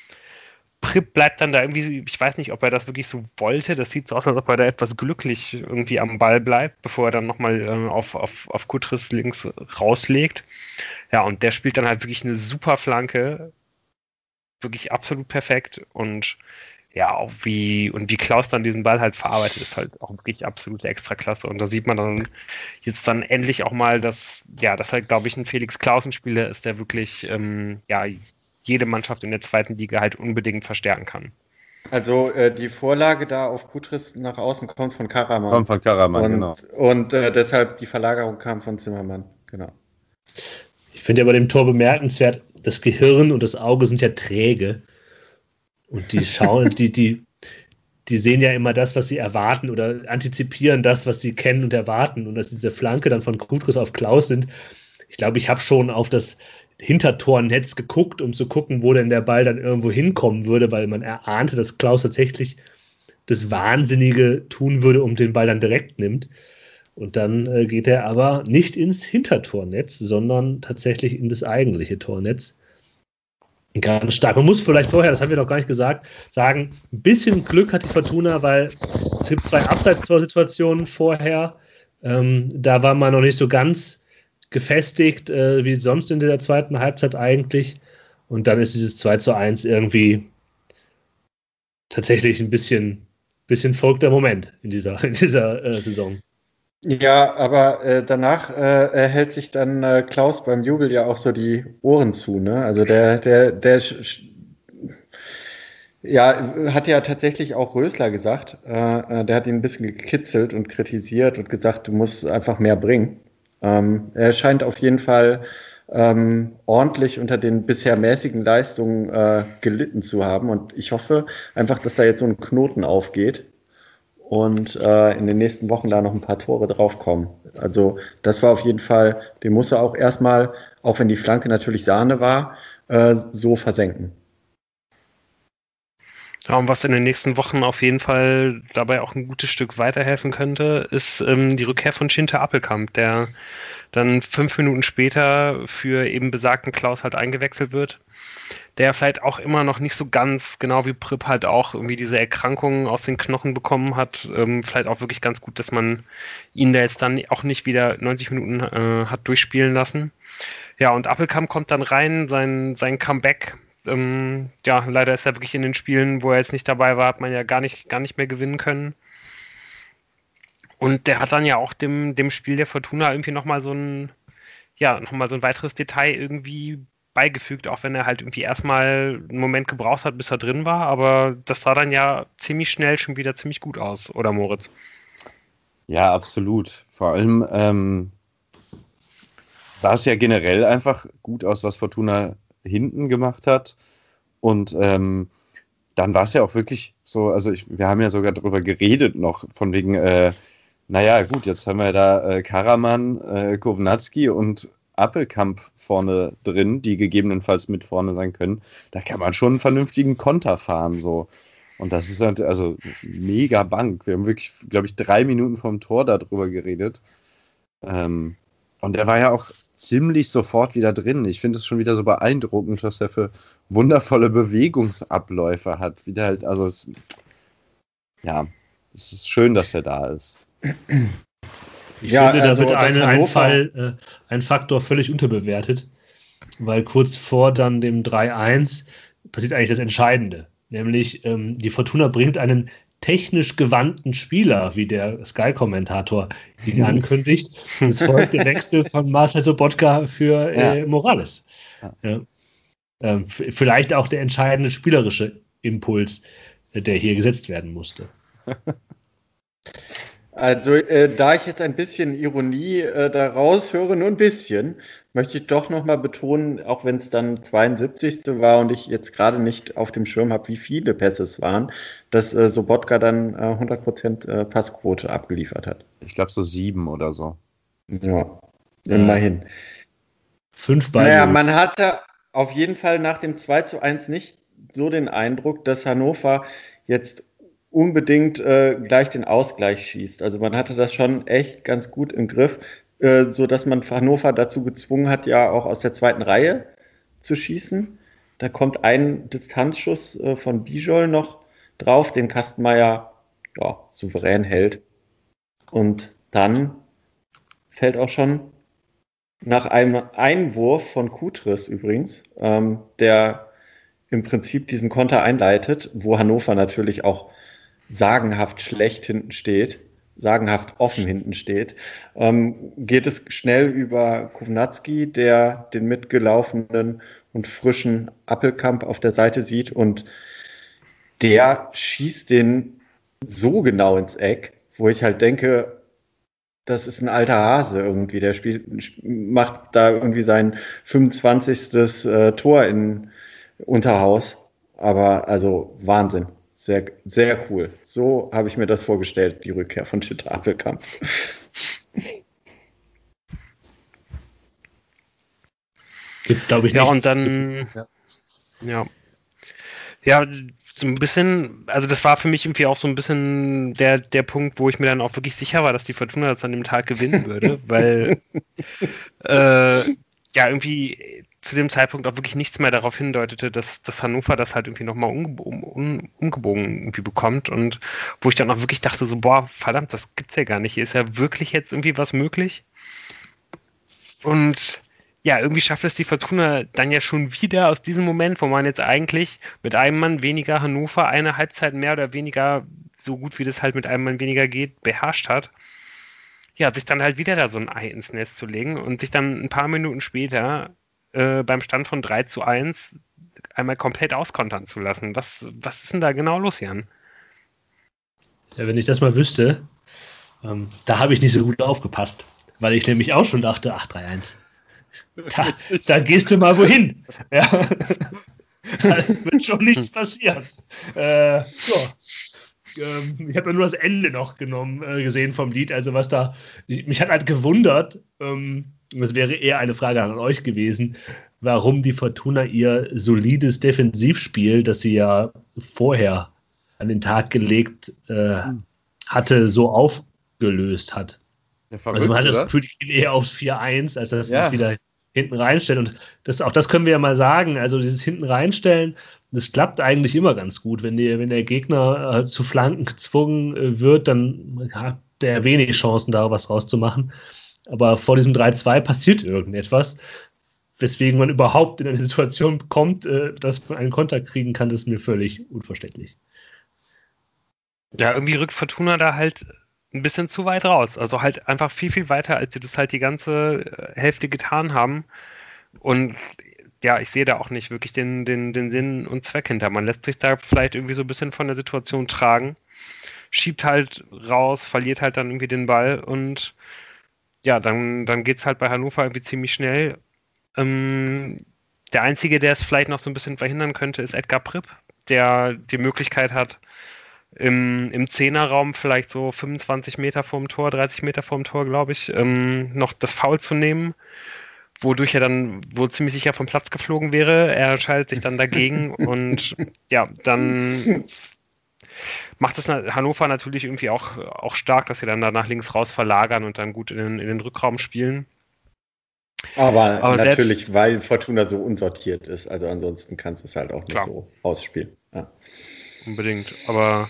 Pripp bleibt dann da irgendwie, ich weiß nicht, ob er das wirklich so wollte, das sieht so aus, als ob er da etwas glücklich irgendwie am Ball bleibt, bevor er dann nochmal äh, auf, auf, auf Kutris links rauslegt. Ja, und der spielt dann halt wirklich eine super Flanke, wirklich absolut perfekt und ja, auch wie, und wie Klaus dann diesen Ball halt verarbeitet, ist halt auch wirklich absolute Extraklasse und da sieht man dann jetzt dann endlich auch mal, dass, ja, das halt, glaube ich, ein Felix Klausen-Spieler ist, der wirklich, ähm, ja, jede Mannschaft in der zweiten Liga halt unbedingt verstärken kann.
Also äh, die Vorlage da auf Kutris nach außen kommt von Karaman.
Kommt von Karaman,
und,
genau.
Und äh, deshalb die Verlagerung kam von Zimmermann, genau.
Ich finde ja bei dem Tor bemerkenswert, das Gehirn und das Auge sind ja träge. Und die schauen, die, die, die sehen ja immer das, was sie erwarten oder antizipieren das, was sie kennen und erwarten. Und dass diese Flanke dann von Kutris auf Klaus sind, ich glaube, ich habe schon auf das Hintertornetz geguckt, um zu gucken, wo denn der Ball dann irgendwo hinkommen würde, weil man erahnte, dass Klaus tatsächlich das Wahnsinnige tun würde und den Ball dann direkt nimmt. Und dann äh, geht er aber nicht ins Hintertornetz, sondern tatsächlich in das eigentliche Tornetz. Ganz stark. Man muss vielleicht vorher, das haben wir noch gar nicht gesagt, sagen, ein bisschen Glück hat die Fortuna, weil es gibt zwei Abseits-Situationen vorher. Ähm, da war man noch nicht so ganz gefestigt, äh, wie sonst in der zweiten Halbzeit eigentlich. Und dann ist dieses zwei zu eins irgendwie tatsächlich ein bisschen, bisschen folgter Moment in dieser, in dieser äh, Saison.
Ja, aber äh, danach äh, hält sich dann äh, Klaus beim Jubel ja auch so die Ohren zu, ne? Also der, der, der ja, hat ja tatsächlich auch Rösler gesagt. Äh, der hat ihn ein bisschen gekitzelt und kritisiert und gesagt, du musst einfach mehr bringen. Ähm, er scheint auf jeden Fall ähm, ordentlich unter den bisher mäßigen Leistungen äh, gelitten zu haben. Und ich hoffe einfach, dass da jetzt so ein Knoten aufgeht und äh, in den nächsten Wochen da noch ein paar Tore draufkommen. Also das war auf jeden Fall, den muss er auch erstmal, auch wenn die Flanke natürlich Sahne war, äh, so versenken.
Ja, und was in den nächsten Wochen auf jeden Fall dabei auch ein gutes Stück weiterhelfen könnte, ist ähm, die Rückkehr von Shinta Appelkamp, der dann fünf Minuten später für eben besagten Klaus halt eingewechselt wird, der vielleicht auch immer noch nicht so ganz, genau wie Pripp halt auch irgendwie diese Erkrankungen aus den Knochen bekommen hat. Ähm, vielleicht auch wirklich ganz gut, dass man ihn da jetzt dann auch nicht wieder neunzig Minuten äh, hat durchspielen lassen. Ja, und Appelkamp kommt dann rein, sein, sein Comeback. Ähm, ja, leider ist er wirklich in den Spielen, wo er jetzt nicht dabei war, hat man ja gar nicht, gar nicht mehr gewinnen können. Und der hat dann ja auch dem, dem Spiel der Fortuna irgendwie nochmal so ein, ja, nochmal so ein weiteres Detail irgendwie beigefügt, auch wenn er halt irgendwie erstmal einen Moment gebraucht hat, bis er drin war, aber das sah dann ja ziemlich schnell schon wieder ziemlich gut aus, oder Moritz?
Ja, absolut. Vor allem ähm, sah es ja generell einfach gut aus, was Fortuna hinten gemacht hat. Und ähm, dann war es ja auch wirklich so, also ich, wir haben ja sogar darüber geredet noch, von wegen, äh, naja, gut, jetzt haben wir da äh, Karaman, äh, Kovnatski und Appelkamp vorne drin, die gegebenenfalls mit vorne sein können. Da kann man schon einen vernünftigen Konter fahren, so. Und das ist halt, also mega Bank. Wir haben wirklich, glaube ich, drei Minuten vom Tor darüber geredet. Ähm, und er war ja auch ziemlich sofort wieder drin. Ich finde es schon wieder so beeindruckend, was er für wundervolle Bewegungsabläufe hat. Wie der halt, also es, ja, es ist schön, dass er da ist.
Ich
Ja,
finde, da
also
wird
das
eine, ein
Hannover-
Fall, äh, ein Faktor völlig unterbewertet, weil kurz vor dann dem drei eins passiert eigentlich das Entscheidende. Nämlich, ähm, die Fortuna bringt einen technisch gewandten Spieler, wie der Sky-Kommentator ihn ankündigt. Es folgt der Wechsel von Marcel Sobotka für äh,
Ja.
Morales.
Ja.
Ja. Ähm, f- vielleicht auch der entscheidende spielerische Impuls, äh, der hier gesetzt werden musste.
Also, äh, da ich jetzt ein bisschen Ironie äh, da raushöre, nur ein bisschen, möchte ich doch nochmal betonen, auch wenn es dann zweiundsiebzigste war und ich jetzt gerade nicht auf dem Schirm habe, wie viele Pässe es waren, dass äh, Sobotka dann äh, hundert Prozent äh, Passquote abgeliefert hat.
Ich glaube so sieben oder so.
Ja, immerhin.
Fünf bei
Naja,
null.
man hatte auf jeden Fall nach dem zwei zu eins nicht so den Eindruck, dass Hannover jetzt unbedingt äh, gleich den Ausgleich schießt. Also man hatte das schon echt ganz gut im Griff, äh, so dass man Hannover dazu gezwungen hat, ja auch aus der zweiten Reihe zu schießen. Da kommt ein Distanzschuss äh, von Bijol noch drauf, den Kastenmeier ja, souverän hält. Und dann fällt auch schon nach einem Einwurf von Kutris übrigens, ähm, der im Prinzip diesen Konter einleitet, wo Hannover natürlich auch sagenhaft schlecht hinten steht, sagenhaft offen hinten steht, ähm, geht es schnell über Kovnatski, der den mitgelaufenen und frischen Appelkamp auf der Seite sieht und der schießt den so genau ins Eck, wo ich halt denke, das ist ein alter Hase irgendwie, der spielt, macht da irgendwie sein fünfundzwanzigstes Äh, Tor in Unterhaus. Aber also Wahnsinn. Sehr, sehr cool. So habe ich mir das vorgestellt, die Rückkehr von Shinta Appelkamp.
Gibt es, glaube ich,
Ja,
nicht.
und
zu
dann,
viel. Ja.
ja. Ja, so ein bisschen, also das war für mich irgendwie auch so ein bisschen der, der Punkt, wo ich mir dann auch wirklich sicher war, dass die Fortuna das an dem Tag gewinnen würde, weil äh, ja irgendwie zu dem Zeitpunkt auch wirklich nichts mehr darauf hindeutete, dass, dass Hannover das halt irgendwie nochmal umge um, um, umgebogen irgendwie bekommt und wo ich dann auch wirklich dachte so, boah, verdammt, das gibt's ja gar nicht, hier ist ja wirklich jetzt irgendwie was möglich und ja, irgendwie schafft es die Fortuna dann ja schon wieder aus diesem Moment, wo man jetzt eigentlich mit einem Mann weniger Hannover eine Halbzeit mehr oder weniger, so gut wie das halt mit einem Mann weniger geht, beherrscht hat. Ja, sich dann halt wieder da so ein Ei ins Netz zu legen und sich dann ein paar Minuten später äh, beim Stand von drei zu eins einmal komplett auskontern zu lassen. Was, was ist denn da genau los, Jan?
Ja, wenn ich das mal wüsste, ähm, da habe ich nicht so gut aufgepasst, weil ich nämlich auch schon dachte, ach, drei eins. Da, da gehst du mal wohin. Ja. Da wird schon nichts passieren. Äh, so. ähm, ich habe ja nur das Ende noch genommen, äh, gesehen vom Lied. Also was da, mich hat halt gewundert, ähm, das wäre eher eine Frage an euch gewesen, warum die Fortuna ihr solides Defensivspiel, das sie ja vorher an den Tag gelegt äh, hatte, so aufgelöst hat. Ja, verrückt, also man hat das Gefühl, ich gehe eher aufs vier eins, als dass ja. sie wieder hinten reinstellen. Und das, auch das können wir ja mal sagen. Also dieses hinten reinstellen, das klappt eigentlich immer ganz gut. Wenn, die, wenn der Gegner äh, zu Flanken gezwungen äh, wird, dann hat der wenig Chancen, da was rauszumachen. Aber vor diesem drei zwei passiert irgendetwas, weswegen man überhaupt in eine Situation kommt, äh, dass man einen Konter kriegen kann, das ist mir völlig unverständlich.
Ja, irgendwie rückt Fortuna da halt ein bisschen zu weit raus. Also halt einfach viel, viel weiter, als sie das halt die ganze Hälfte getan haben. Und ja, ich sehe da auch nicht wirklich den, den, den Sinn und Zweck hinter. Man lässt sich da vielleicht irgendwie so ein bisschen von der Situation tragen, schiebt halt raus, verliert halt dann irgendwie den Ball und ja, dann, dann geht es halt bei Hannover irgendwie ziemlich schnell. Ähm, der Einzige, der es vielleicht noch so ein bisschen verhindern könnte, ist Edgar Pripp, der die Möglichkeit hat, im, im Zehnerraum vielleicht so fünfundzwanzig Meter vorm Tor, dreißig Meter vorm Tor, glaube ich, ähm, noch das Foul zu nehmen, wodurch er dann wohl ziemlich sicher vom Platz geflogen wäre. Er schaltet sich dann dagegen und ja, dann macht es Hannover natürlich irgendwie auch, auch stark, dass sie dann da nach links raus verlagern und dann gut in den, in den Rückraum spielen.
Aber, Aber natürlich, selbst, weil Fortuna so unsortiert ist. Also ansonsten kannst du es halt auch nicht klar. so ausspielen. Ja.
Unbedingt. Aber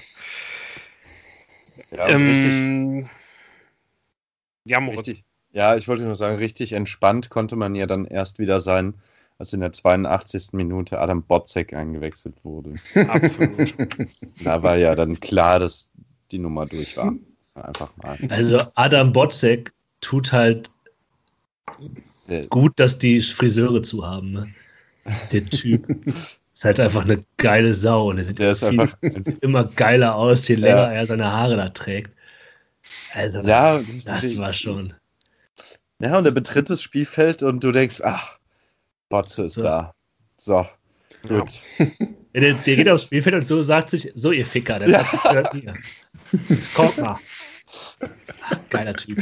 ja, ähm, richtig. Ja, richtig. Ja, ich wollte nur sagen, richtig entspannt konnte man ja dann erst wieder sein, als in der zweiundachtzigsten Minute Adam Botzek eingewechselt wurde.
Absolut.
Da war ja dann klar, dass die Nummer durch war. Einfach mal.
Also Adam Botzek tut halt äh, gut, dass die Friseure zu haben. Ne? Der Typ ist halt einfach eine geile Sau. Und er sieht
der ist
viel,
einfach
immer geiler aus, je länger ja. er seine Haare da trägt. Also
ja,
das
die,
war schon.
Ja, und er betritt das Spielfeld und du denkst, ach, Botze ist so. da. So, gut.
Ja, der, der geht aufs Spielfeld und so sagt sich, so ihr Ficker, der Platz ja. gehört mir. Kommt mal. Ach, geiler Typ.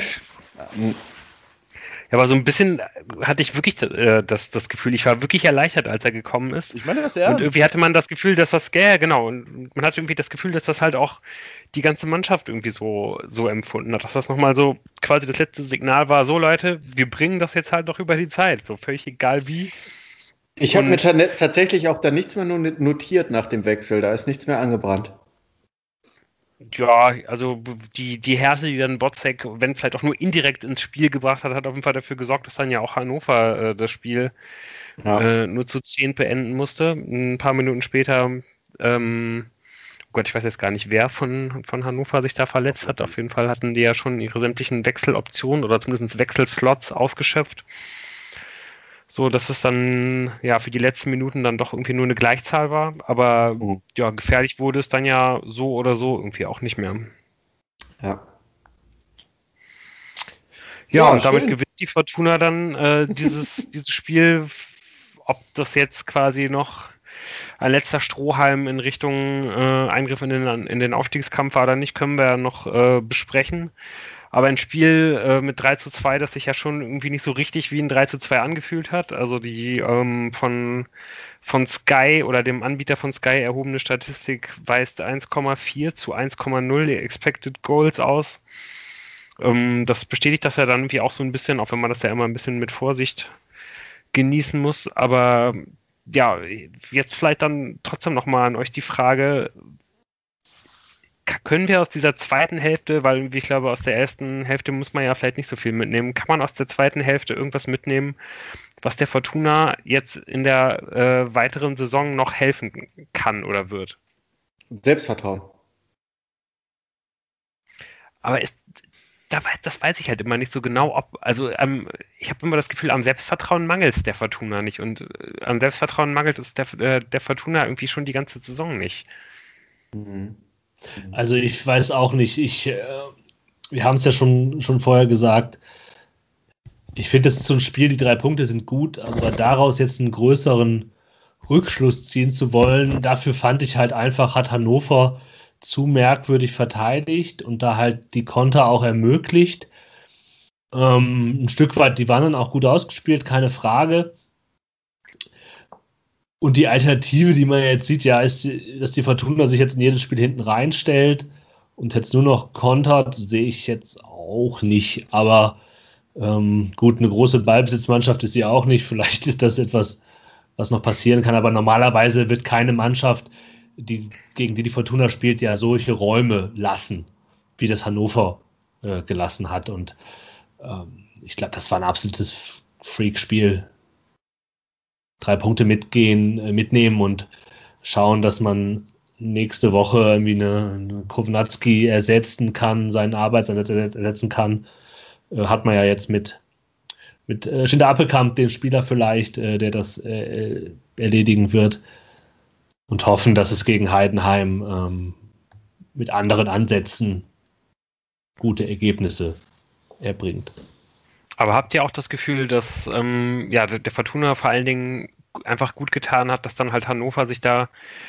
Ja, aber so ein bisschen hatte ich wirklich äh, das, das Gefühl, ich war wirklich erleichtert, als er gekommen ist.
Ich meine das ernst.
Und irgendwie hatte man das Gefühl, dass das, ja, genau, und man hatte irgendwie das Gefühl, dass das halt auch die ganze Mannschaft irgendwie so, so empfunden hat, dass das nochmal so quasi das letzte Signal war, so Leute, wir bringen das jetzt halt noch über die Zeit, so völlig egal wie.
Ich habe mir t- tatsächlich auch da nichts mehr notiert nach dem Wechsel, da ist nichts mehr angebrannt.
Ja, also die, die Härte, die dann Botzek, wenn vielleicht auch nur indirekt ins Spiel gebracht hat, hat auf jeden Fall dafür gesorgt, dass dann ja auch Hannover äh, das Spiel ja. äh, nur zu zehn beenden musste. Ein paar Minuten später, ähm, oh Gott, ich weiß jetzt gar nicht, wer von, von Hannover sich da verletzt hat. Auf jeden Fall hatten die ja schon ihre sämtlichen Wechseloptionen oder zumindest Wechselslots ausgeschöpft. So, dass es dann ja für die letzten Minuten dann doch irgendwie nur eine Gleichzahl war. Aber mhm. ja, gefährlich wurde es dann ja so oder so irgendwie auch nicht mehr.
Ja.
Ja, ja und schön. Damit gewinnt die Fortuna dann äh, dieses, dieses Spiel. Ob das jetzt quasi noch ein letzter Strohhalm in Richtung äh, Eingriff in den, in den Aufstiegskampf war oder nicht, können wir ja noch äh, besprechen. aber ein Spiel äh, mit drei zu zwei, das sich ja schon irgendwie nicht so richtig wie ein drei zu zwei angefühlt hat. Also die ähm, von, von Sky oder dem Anbieter von Sky erhobene Statistik weist eins Komma vier zu eins Komma null die Expected Goals aus. Ähm, das bestätigt das ja dann irgendwie auch so ein bisschen, auch wenn man das ja immer ein bisschen mit Vorsicht genießen muss. Aber ja, jetzt vielleicht dann trotzdem nochmal an euch die Frage, können wir aus dieser zweiten Hälfte, weil ich glaube, aus der ersten Hälfte muss man ja vielleicht nicht so viel mitnehmen, kann man aus der zweiten Hälfte irgendwas mitnehmen, was der Fortuna jetzt in der äh, weiteren Saison noch helfen kann oder wird?
Selbstvertrauen.
Aber ist, da, das weiß ich halt immer nicht so genau, ob, also ähm, ich habe immer das Gefühl, am Selbstvertrauen mangelt es der Fortuna nicht und äh, am Selbstvertrauen mangelt es der, äh, der Fortuna irgendwie schon die ganze Saison nicht.
Mhm.
Also ich weiß auch nicht, ich, äh, wir haben es ja schon, schon vorher gesagt, ich finde, das ist so ein Spiel, die drei Punkte sind gut, aber daraus jetzt einen größeren Rückschluss ziehen zu wollen, dafür fand ich halt einfach, hat Hannover zu merkwürdig verteidigt und da halt die Konter auch ermöglicht. Ähm, ein Stück weit, die waren dann auch gut ausgespielt, keine Frage. Und die Alternative, die man jetzt sieht, ja, ist, dass die Fortuna sich jetzt in jedes Spiel hinten reinstellt und jetzt nur noch kontert, sehe ich jetzt auch nicht. Aber ähm, gut, eine große Ballbesitzmannschaft ist sie auch nicht. Vielleicht ist das etwas, was noch passieren kann. Aber normalerweise wird keine Mannschaft, die, gegen die die Fortuna spielt, ja solche Räume lassen, wie das Hannover äh, gelassen hat. Und ähm, ich glaube, das war ein absolutes Freak-Spiel. Drei Punkte mitgehen, äh, mitnehmen und schauen, dass man nächste Woche irgendwie eine, eine Kovnatski ersetzen kann, seinen Arbeitsersatz ersetzen kann. Äh, hat man ja jetzt mit, mit äh, Shinda Appelkamp, den Spieler vielleicht, äh, der das äh, erledigen wird. Und hoffen, dass es gegen Heidenheim ähm, mit anderen Ansätzen gute Ergebnisse erbringt.
Aber habt ihr auch das Gefühl, dass ähm, ja, der Fortuna vor allen Dingen einfach gut getan hat, dass dann halt Hannover sich da,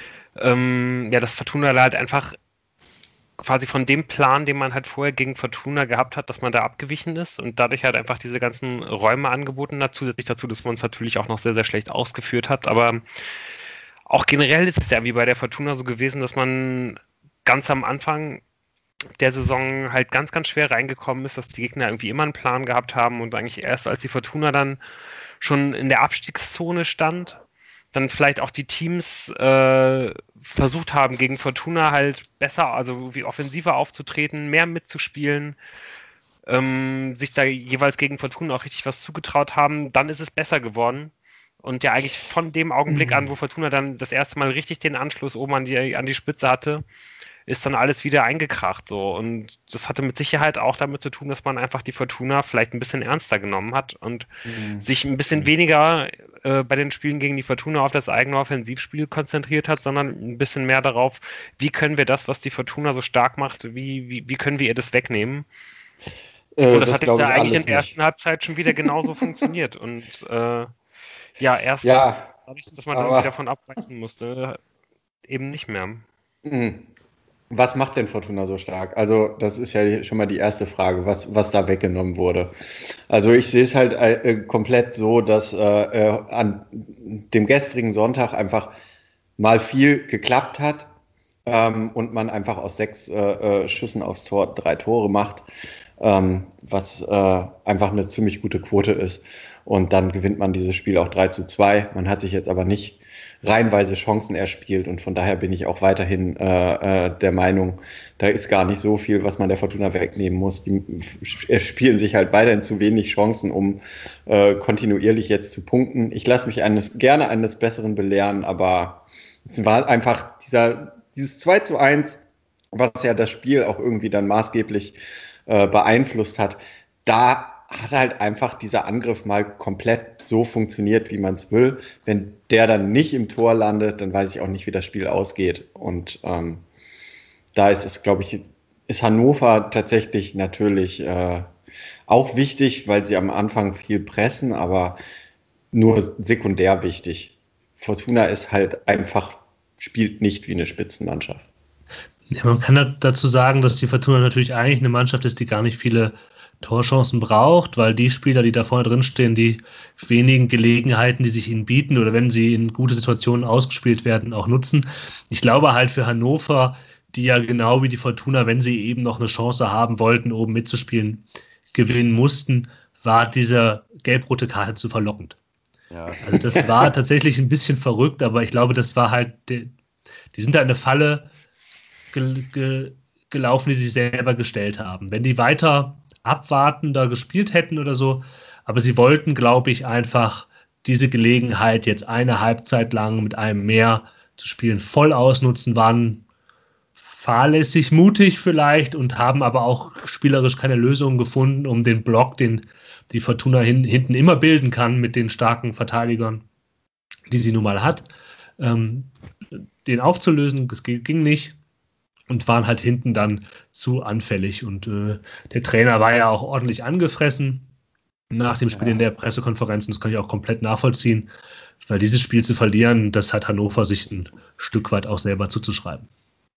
ähm, ja, das Fortuna da halt einfach quasi von dem Plan, den man halt vorher gegen Fortuna gehabt hat, dass man da abgewichen ist und dadurch halt einfach diese ganzen Räume angeboten hat, zusätzlich dazu, dass man es natürlich auch noch sehr, sehr schlecht ausgeführt hat, aber auch generell ist es ja wie bei der Fortuna so gewesen, dass man ganz am Anfang der Saison halt ganz, ganz schwer reingekommen ist, dass die Gegner irgendwie immer einen Plan gehabt haben und eigentlich erst als die Fortuna dann schon in der Abstiegszone stand, dann vielleicht auch die Teams äh, versucht haben, gegen Fortuna halt besser, also wie offensiver aufzutreten, mehr mitzuspielen, ähm, sich da jeweils gegen Fortuna auch richtig was zugetraut haben, dann ist es besser geworden. Und ja, eigentlich von dem Augenblick an, wo Fortuna dann das erste Mal richtig den Anschluss oben an die, an die Spitze hatte, ist dann alles wieder eingekracht so. Und das hatte mit Sicherheit auch damit zu tun, dass man einfach die Fortuna vielleicht ein bisschen ernster genommen hat und mhm. sich ein bisschen weniger äh, bei den Spielen gegen die Fortuna auf das eigene Offensivspiel konzentriert hat, sondern ein bisschen mehr darauf, wie können wir das, was die Fortuna so stark macht, wie, wie, wie können wir ihr das wegnehmen? Äh, und das, das hat jetzt ja eigentlich in der ersten nicht. Halbzeit schon wieder genauso funktioniert. Und äh, ja, erst
ja,
dadurch, dass man dann wieder davon abweichen musste, eben nicht mehr.
Mhm. Was macht denn Fortuna so stark? Also das ist ja schon mal die erste Frage, was, was da weggenommen wurde. Also ich sehe es halt äh, komplett so, dass äh, äh, an dem gestrigen Sonntag einfach mal viel geklappt hat ähm, und man einfach aus sechs äh, äh, Schüssen aufs Tor drei Tore macht, ähm, was äh, einfach eine ziemlich gute Quote ist. Und dann gewinnt man dieses Spiel auch drei zu zwei. Man hat sich jetzt aber nicht reihenweise Chancen erspielt und von daher bin ich auch weiterhin äh, äh, der Meinung, da ist gar nicht so viel, was man der Fortuna wegnehmen muss. Die f- spielen sich halt weiterhin zu wenig Chancen, um äh, kontinuierlich jetzt zu punkten. Ich lasse mich eines, gerne eines Besseren belehren, aber es war einfach dieser, dieses zwei zu eins, was ja das Spiel auch irgendwie dann maßgeblich äh, beeinflusst hat. Da hat halt einfach dieser Angriff mal komplett so funktioniert, wie man es will. Wenn der dann nicht im Tor landet, dann weiß ich auch nicht, wie das Spiel ausgeht. Und ähm, da ist es, glaube ich, ist Hannover tatsächlich natürlich äh, auch wichtig, weil sie am Anfang viel pressen, aber nur sekundär wichtig. Fortuna ist halt einfach, spielt nicht wie eine Spitzenmannschaft.
Ja, man kann dazu sagen, dass die Fortuna natürlich eigentlich eine Mannschaft ist, die gar nicht viele Torchancen braucht, weil die Spieler, die da vorne drin stehen, die wenigen Gelegenheiten, die sich ihnen bieten oder wenn sie in gute Situationen ausgespielt werden, auch nutzen. Ich glaube halt für Hannover, die ja genau wie die Fortuna, wenn sie eben noch eine Chance haben wollten, oben mitzuspielen, gewinnen mussten, war diese gelb-rote Karte zu verlockend.
Ja.
Also das war tatsächlich ein bisschen verrückt, aber ich glaube, das war halt, die, die sind da in eine Falle ge, ge, gelaufen, die sie sich selber gestellt haben. Wenn die weiter abwartender gespielt hätten oder so, aber sie wollten, glaube ich, einfach diese Gelegenheit jetzt eine Halbzeit lang mit einem mehr zu spielen voll ausnutzen, waren fahrlässig mutig vielleicht und haben aber auch spielerisch keine Lösung gefunden, um den Block, den die Fortuna hin, hinten immer bilden kann mit den starken Verteidigern, die sie nun mal hat, ähm, den aufzulösen. Das ging nicht und waren halt hinten dann zu anfällig. Und äh, der Trainer war ja auch ordentlich angefressen nach dem Spiel ja. in der Pressekonferenz. Und das kann ich auch komplett nachvollziehen, weil dieses Spiel zu verlieren, das hat Hannover sich ein Stück weit auch selber zuzuschreiben.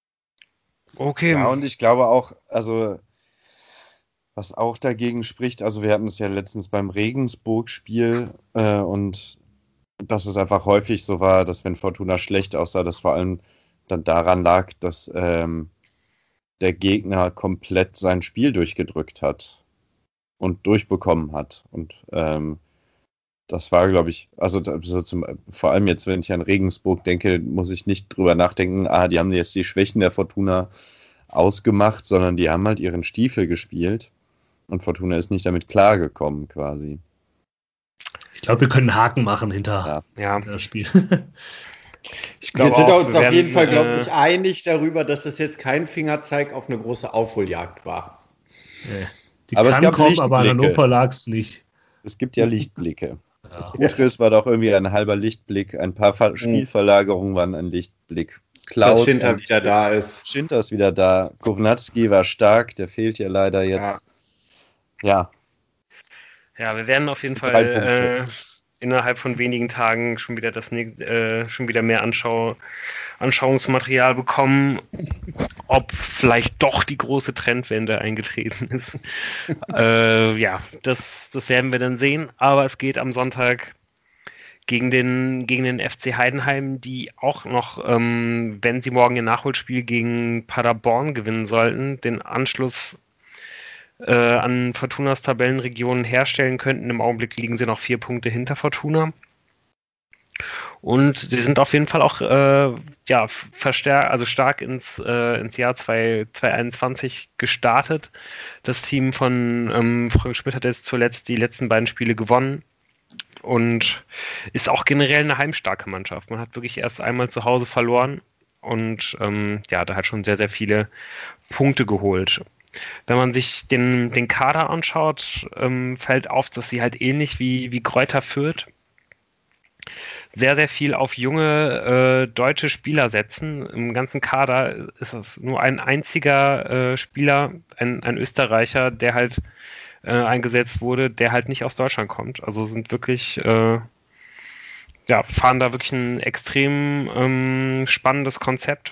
Okay. Ja, und ich glaube auch, also was auch dagegen spricht, also wir hatten es ja letztens beim Regensburg-Spiel äh, und dass es einfach häufig so war, dass wenn Fortuna schlecht aussah, das vor allem dann daran lag, dass ähm, der Gegner komplett sein Spiel durchgedrückt hat und durchbekommen hat. Und ähm, das war, glaube ich, also so zum, vor allem jetzt, wenn ich an Regensburg denke, muss ich nicht drüber nachdenken, ah, die haben jetzt die Schwächen der Fortuna ausgemacht, sondern die haben halt ihren Stiefel gespielt und Fortuna ist nicht damit klargekommen quasi.
Ich glaube, wir können einen Haken machen hinter,
ja.
hinter das Spiel.
Ich wir sind auch, uns wir auf werden, jeden Fall, glaube ich, äh, einig darüber, dass das jetzt kein Fingerzeig auf eine große Aufholjagd war.
Nee. Die aber kann es gab kommen, aber an Hannover lag es nicht.
Es gibt ja Lichtblicke. Ja. Utrecht war doch irgendwie ein halber Lichtblick, ein paar Ver- Spielverlagerungen waren ein Lichtblick.
Klaus, dass Schinter wieder da ist.
Schinter ist wieder da. Kownatski war stark, der fehlt ja leider jetzt. Ja.
Ja, ja wir werden auf jeden Fall äh, innerhalb von wenigen Tagen schon wieder das äh, schon wieder mehr Anschau Anschauungsmaterial bekommen, ob vielleicht doch die große Trendwende eingetreten ist. äh, ja, das, das werden wir dann sehen, aber es geht am Sonntag gegen den, gegen den F C Heidenheim, die auch noch, ähm, wenn sie morgen ihr Nachholspiel gegen Paderborn gewinnen sollten, den Anschluss äh, an Fortunas Tabellenregionen herstellen könnten. Im Augenblick liegen sie noch vier Punkte hinter Fortuna. Und sie sind auf jeden Fall auch äh, ja, verstärkt, also stark ins, äh, ins Jahr zweitausendeinundzwanzig gestartet. Das Team von ähm, Frank Schmidt hat jetzt zuletzt die letzten beiden Spiele gewonnen und ist auch generell eine heimstarke Mannschaft. Man hat wirklich erst einmal zu Hause verloren und ähm, ja, da hat schon sehr, sehr viele Punkte geholt. Wenn man sich den, den Kader anschaut, ähm, fällt auf, dass sie halt ähnlich wie, wie Greuther Fürth sehr, sehr viel auf junge äh, deutsche Spieler setzen. Im ganzen Kader ist es nur ein einziger äh, Spieler, ein, ein Österreicher, der halt äh, eingesetzt wurde, der halt nicht aus Deutschland kommt. Also sind wirklich, äh, ja, fahren da wirklich ein extrem ähm, spannendes Konzept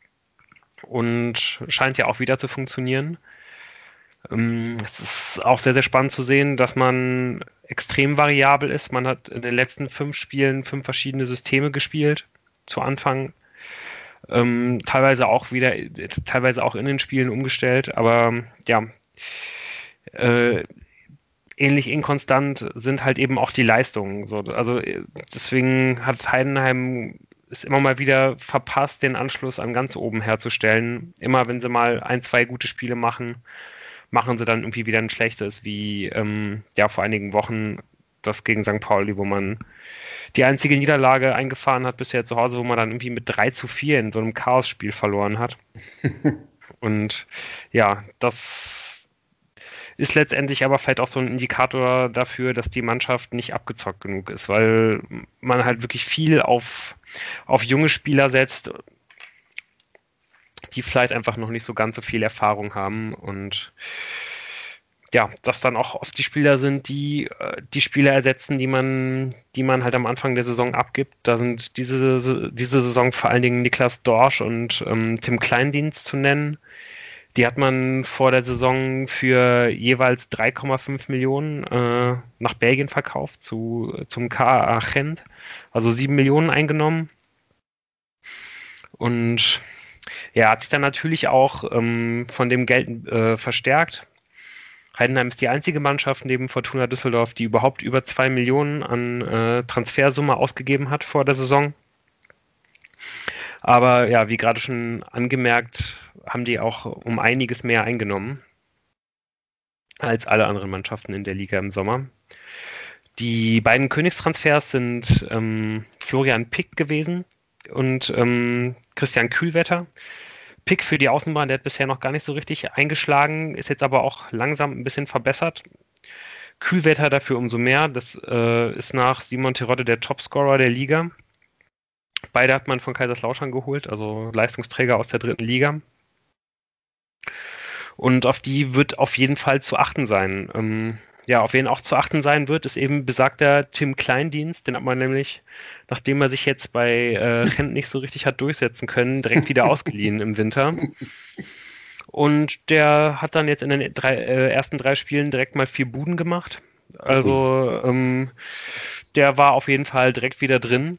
und scheint ja auch wieder zu funktionieren. Ähm, es ist auch sehr, sehr spannend zu sehen, dass man extrem variabel ist. Man hat in den letzten fünf Spielen fünf verschiedene Systeme gespielt zu Anfang. Ähm, teilweise auch wieder, teilweise auch in den Spielen umgestellt, aber ja, äh, ähnlich inkonstant sind halt eben auch die Leistungen. So, also deswegen hat Heidenheim es immer mal wieder verpasst, den Anschluss an ganz oben herzustellen. Immer wenn sie mal ein, zwei gute Spiele machen, machen sie dann irgendwie wieder ein schlechtes, wie ähm, ja vor einigen Wochen das gegen Sankt Pauli, wo man die einzige Niederlage eingefahren hat bisher zu Hause, wo man dann irgendwie mit drei zu vier in so einem Chaos-Spiel verloren hat. Und ja, das ist letztendlich aber vielleicht auch so ein Indikator dafür, dass die Mannschaft nicht abgezockt genug ist, weil man halt wirklich viel auf, auf junge Spieler setzt, die vielleicht einfach noch nicht so ganz so viel Erfahrung haben und ja, das dann auch oft die Spieler sind, die äh, die Spieler ersetzen, die man, die man halt am Anfang der Saison abgibt. Da sind diese, diese Saison vor allen Dingen Niklas Dorsch und ähm, Tim Kleindienst zu nennen. Die hat man vor der Saison für jeweils drei Komma fünf Millionen äh, nach Belgien verkauft, zu, zum K A Gent, also sieben Millionen eingenommen. Und ja, hat sich dann natürlich auch ähm, von dem Geld äh, verstärkt. Heidenheim ist die einzige Mannschaft neben Fortuna Düsseldorf, die überhaupt über zwei Millionen an äh, Transfersumme ausgegeben hat vor der Saison. Aber ja, wie gerade schon angemerkt, haben die auch um einiges mehr eingenommen als alle anderen Mannschaften in der Liga im Sommer. Die beiden Königstransfers sind ähm, Florian Pick gewesen und ähm, Christian Kühlwetter. Pick für die Außenbahn, der hat bisher noch gar nicht so richtig eingeschlagen, ist jetzt aber auch langsam ein bisschen verbessert. Kühlwetter dafür umso mehr. Das äh, ist nach Simon Terodde der Topscorer der Liga. Beide hat man von Kaiserslautern geholt, also Leistungsträger aus der dritten Liga. Und auf die wird auf jeden Fall zu achten sein. Ähm, ja, auf wen auch zu achten sein wird, ist eben besagter Tim Kleindienst. Den hat man nämlich, nachdem er sich jetzt bei äh, Gent nicht so richtig hat durchsetzen können, direkt wieder ausgeliehen im Winter. Und der hat dann jetzt in den drei, äh, ersten drei Spielen direkt mal vier Buden gemacht. Also ähm, der war auf jeden Fall direkt wieder drin.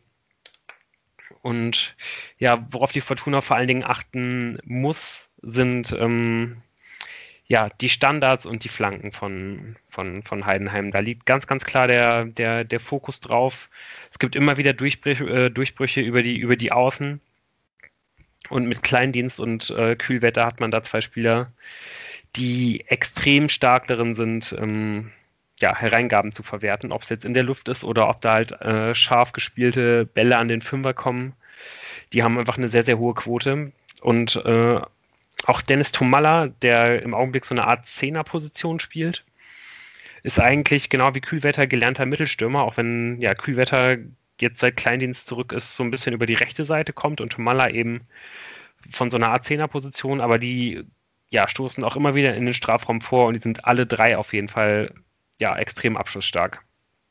Und ja, worauf die Fortuna vor allen Dingen achten muss, sind ähm, ja, die Standards und die Flanken von, von, von Heidenheim. Da liegt ganz, ganz klar der, der, der Fokus drauf. Es gibt immer wieder Durchbrüche, äh, Durchbrüche über die, über die Außen. Und mit Kleindienst und äh, Kühlwetter hat man da zwei Spieler, die extrem stark darin sind, ähm, ja, Hereingaben zu verwerten. Ob es jetzt in der Luft ist oder ob da halt äh, scharf gespielte Bälle an den Fünfer kommen. Die haben einfach eine sehr, sehr hohe Quote. Und äh, auch Dennis Tomalla, der im Augenblick so eine Art Zehner-Position spielt, ist eigentlich genau wie Kühlwetter gelernter Mittelstürmer, auch wenn ja Kühlwetter jetzt seit Kleindienst zurück ist, so ein bisschen über die rechte Seite kommt und Tomalla eben von so einer Art Zehner-Position, aber die ja, stoßen auch immer wieder in den Strafraum vor und die sind alle drei auf jeden Fall ja, extrem abschlussstark.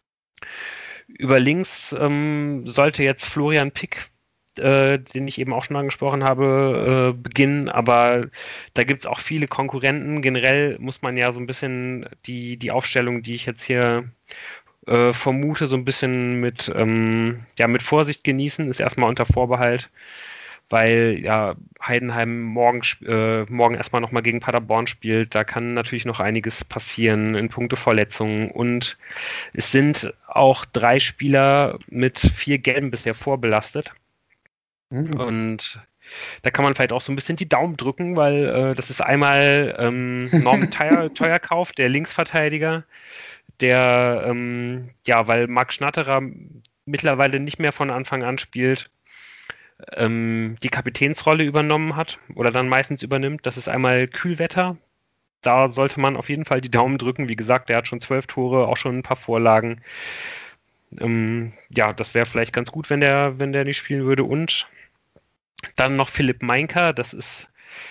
Über links ähm, sollte jetzt Florian Pick, äh, den ich eben auch schon angesprochen habe, äh, beginnen, aber da gibt es auch viele Konkurrenten. Generell muss man ja so ein bisschen die, die Aufstellung, die ich jetzt hier äh, vermute, so ein bisschen mit, ähm, ja, mit Vorsicht genießen, ist erstmal unter Vorbehalt, weil ja Heidenheim morgen, äh, morgen erstmal nochmal gegen Paderborn spielt. Da kann natürlich noch einiges passieren in puncto Verletzungen. Und es sind auch drei Spieler mit vier Gelben bisher vorbelastet. Mhm. Und da kann man vielleicht auch so ein bisschen die Daumen drücken, weil äh, das ist einmal ähm, Norman Teuer, Teuerkauf, der Linksverteidiger, der, ähm, ja, weil Marc Schnatterer mittlerweile nicht mehr von Anfang an spielt, die Kapitänsrolle übernommen hat oder dann meistens übernimmt. Das ist einmal Kühlwetter. Da sollte man auf jeden Fall die Daumen drücken. Wie gesagt, der hat schon zwölf Tore, auch schon ein paar Vorlagen. Ähm, ja, das wäre vielleicht ganz gut, wenn der, wenn der nicht spielen würde. Und dann noch Philipp Meinker. Das ist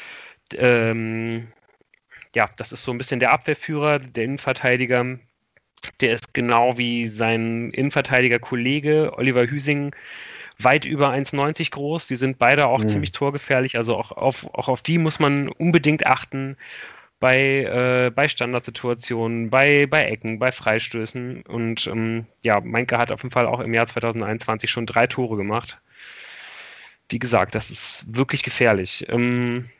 ähm, ja, das ist so ein bisschen der Abwehrführer, der Innenverteidiger. Der ist genau wie sein Innenverteidiger-Kollege Oliver Hüsing weit über eins neunzig groß. Die sind beide auch mhm. ziemlich torgefährlich. Also auch auf, auch auf die muss man unbedingt achten bei, äh, bei Standardsituationen, bei, bei Ecken, bei Freistößen. Und ähm, ja, Meinke hat auf jeden Fall auch im Jahr zwanzig einundzwanzig schon drei Tore gemacht. Wie gesagt, das ist wirklich gefährlich. Ähm,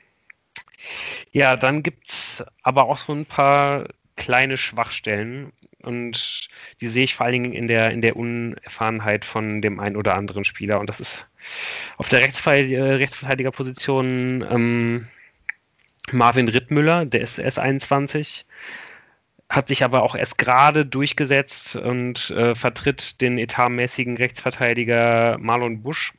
ja, dann gibt es aber auch so ein paar kleine Schwachstellen. Und die sehe ich vor allen Dingen in der, in der Unerfahrenheit von dem einen oder anderen Spieler. Und das ist auf der Rechtsver- Rechtsverteidigerposition ähm, Marvin Rittmüller, der ist erst einundzwanzig, hat sich aber auch erst gerade durchgesetzt und äh, vertritt den etatmäßigen Rechtsverteidiger Marlon Busch.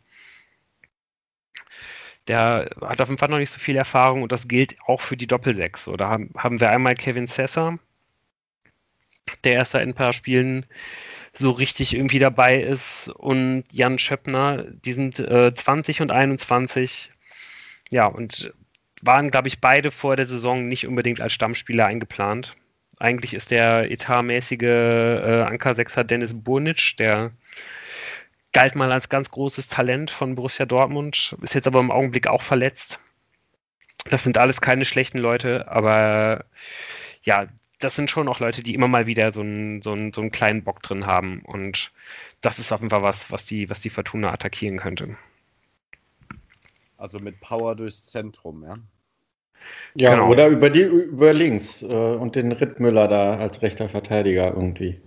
Der hat auf jeden Fall noch nicht so viel Erfahrung und das gilt auch für die Doppelsechs. So, da haben, haben wir einmal Kevin Sessa, der erst seit ein paar Spielen so richtig irgendwie dabei ist, und Jan Schöppner, die sind äh, zwanzig und einundzwanzig, ja, und waren, glaube ich, beide vor der Saison nicht unbedingt als Stammspieler eingeplant. Eigentlich ist der etatmäßige äh, Anker-Sechser Dennis Burnic, der galt mal als ganz großes Talent von Borussia Dortmund, ist jetzt aber im Augenblick auch verletzt. Das sind alles keine schlechten Leute, aber ja, das sind schon auch Leute, die immer mal wieder so einen, so einen, so einen kleinen Bock drin haben. Und das ist auf jeden Fall was, was die, was die Fortuna attackieren könnte.
Also mit Power durchs Zentrum, ja?
Ja,
Genau.
oder über die über links äh, und den Rittmüller da als rechter Verteidiger irgendwie.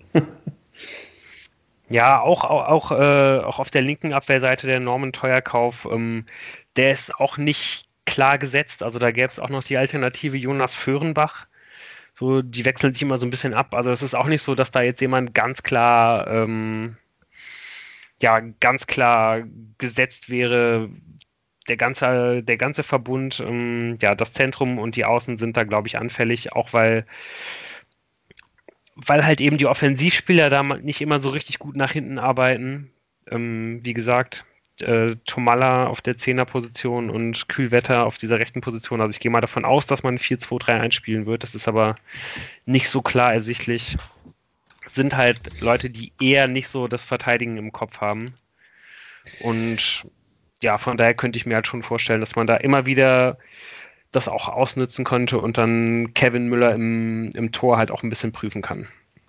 Ja, auch, auch, auch, äh, auch auf der linken Abwehrseite der Norman Teuerkauf, ähm, der ist auch nicht klar gesetzt. Also da gäbe es auch noch die Alternative Jonas Föhrenbach. So, die wechseln sich immer so ein bisschen ab. Also es ist auch nicht so, dass da jetzt jemand ganz klar, ähm, ja, ganz klar gesetzt wäre. Der ganze, der ganze Verbund, ähm, ja, das Zentrum und die Außen sind da, glaube ich, anfällig, auch weil weil halt eben die Offensivspieler da nicht immer so richtig gut nach hinten arbeiten. Ähm, wie gesagt, äh, Tomalla auf der Zehnerposition und Kühlwetter auf dieser rechten Position. Also ich gehe mal davon aus, dass man vier zwei drei eins spielen wird. Das ist aber nicht so klar ersichtlich. Sind halt Leute, die eher nicht so das Verteidigen im Kopf haben. Und ja, von daher könnte ich mir halt schon vorstellen, dass man da immer wieder das auch ausnutzen konnte und dann Kevin Müller im, im Tor halt auch ein bisschen prüfen kann.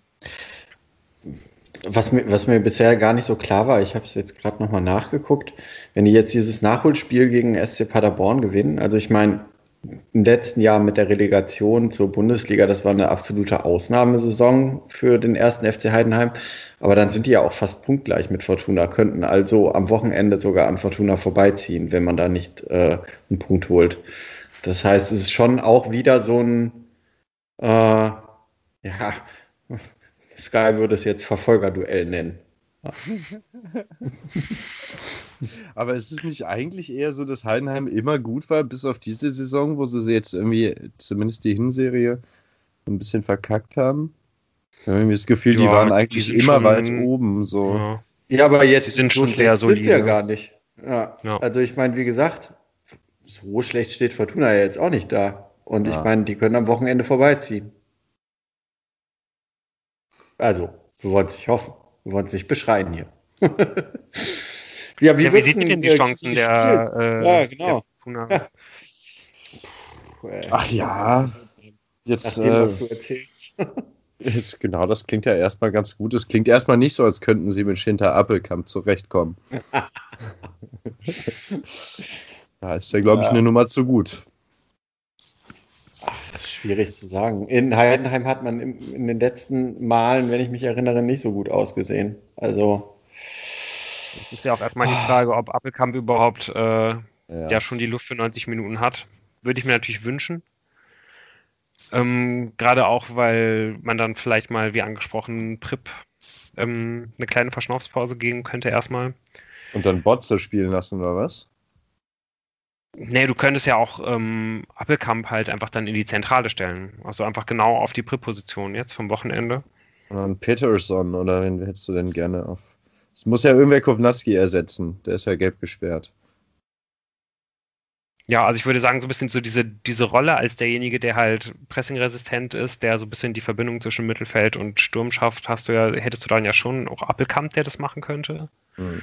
Was mir, was mir bisher gar nicht so klar war, ich habe es jetzt gerade nochmal nachgeguckt, wenn die jetzt dieses Nachholspiel gegen S C Paderborn gewinnen, also ich meine, im letzten Jahr mit der Relegation zur Bundesliga, das war eine absolute Ausnahmesaison für den ersten F C Heidenheim, aber dann sind die ja auch fast punktgleich mit Fortuna, könnten also am Wochenende sogar an Fortuna vorbeiziehen, wenn man da nicht äh, einen Punkt holt. Das heißt, es ist schon auch wieder so ein, äh, ja, Sky würde es jetzt Verfolgerduell nennen. Ja.
Aber ist es nicht eigentlich eher so, dass Heidenheim immer gut war, bis auf diese Saison, wo sie jetzt irgendwie, zumindest die Hinserie, ein bisschen verkackt haben? Ich habe irgendwie das Gefühl, die
Ja,
waren
die
eigentlich
sind
immer
schon-
weit oben. So.
Ja.
Ja, aber jetzt
Die sind
so
schon
schlecht
sehr
sind sie ja
solide.
gar nicht. Ja.
Ja.
Also ich meine, wie gesagt, so schlecht steht Fortuna ja jetzt auch nicht da. Und
Ja.
ich meine, die können am Wochenende vorbeiziehen. Also, wir wollen es nicht hoffen. Wir wollen es nicht beschreien hier. ja, wie,
Ja, wie
wird's
seht ihr denn die
äh,
Chancen
die
der,
spielen?
äh,
Ja, genau.
der Fortuna?
Ja. Puh, ey.
Ach ja, jetzt,
Nach dem,
äh,
was du erzählst.
jetzt, genau, das klingt ja erstmal ganz gut. Es klingt erstmal nicht so, als könnten sie mit Schinter Appelkamp zurechtkommen. Da ist ja, glaube ich,
Ja.
eine Nummer zu gut.
Ach, das ist schwierig zu sagen. In Heidenheim hat man im, in den letzten Malen, wenn ich mich erinnere, nicht so gut ausgesehen. Also,
Es ist ja auch erstmal die Frage, ob Appelkamp überhaupt äh,
Ja.
ja schon die Luft für neunzig Minuten hat. Würde ich mir natürlich wünschen. Ähm, gerade auch, weil man dann vielleicht mal, wie angesprochen, Prip ähm, eine kleine Verschnaufspause geben könnte erstmal.
Und dann Botze spielen lassen, oder was?
Nee, du könntest ja auch ähm, Appelkamp halt einfach dann in die Zentrale stellen. Also einfach genau auf die Prip-Position jetzt vom Wochenende.
Und dann Peterson, oder wen hättest du denn gerne auf? Es muss ja irgendwer Kovnatski ersetzen. Der ist ja gelb gesperrt.
Ja, also ich würde sagen, so ein bisschen so diese, diese Rolle als derjenige, der halt pressingresistent ist, der so ein bisschen die Verbindung zwischen Mittelfeld und Sturm schafft, hast du ja, hättest du dann ja schon auch Appelkamp, der das machen könnte.
Hm.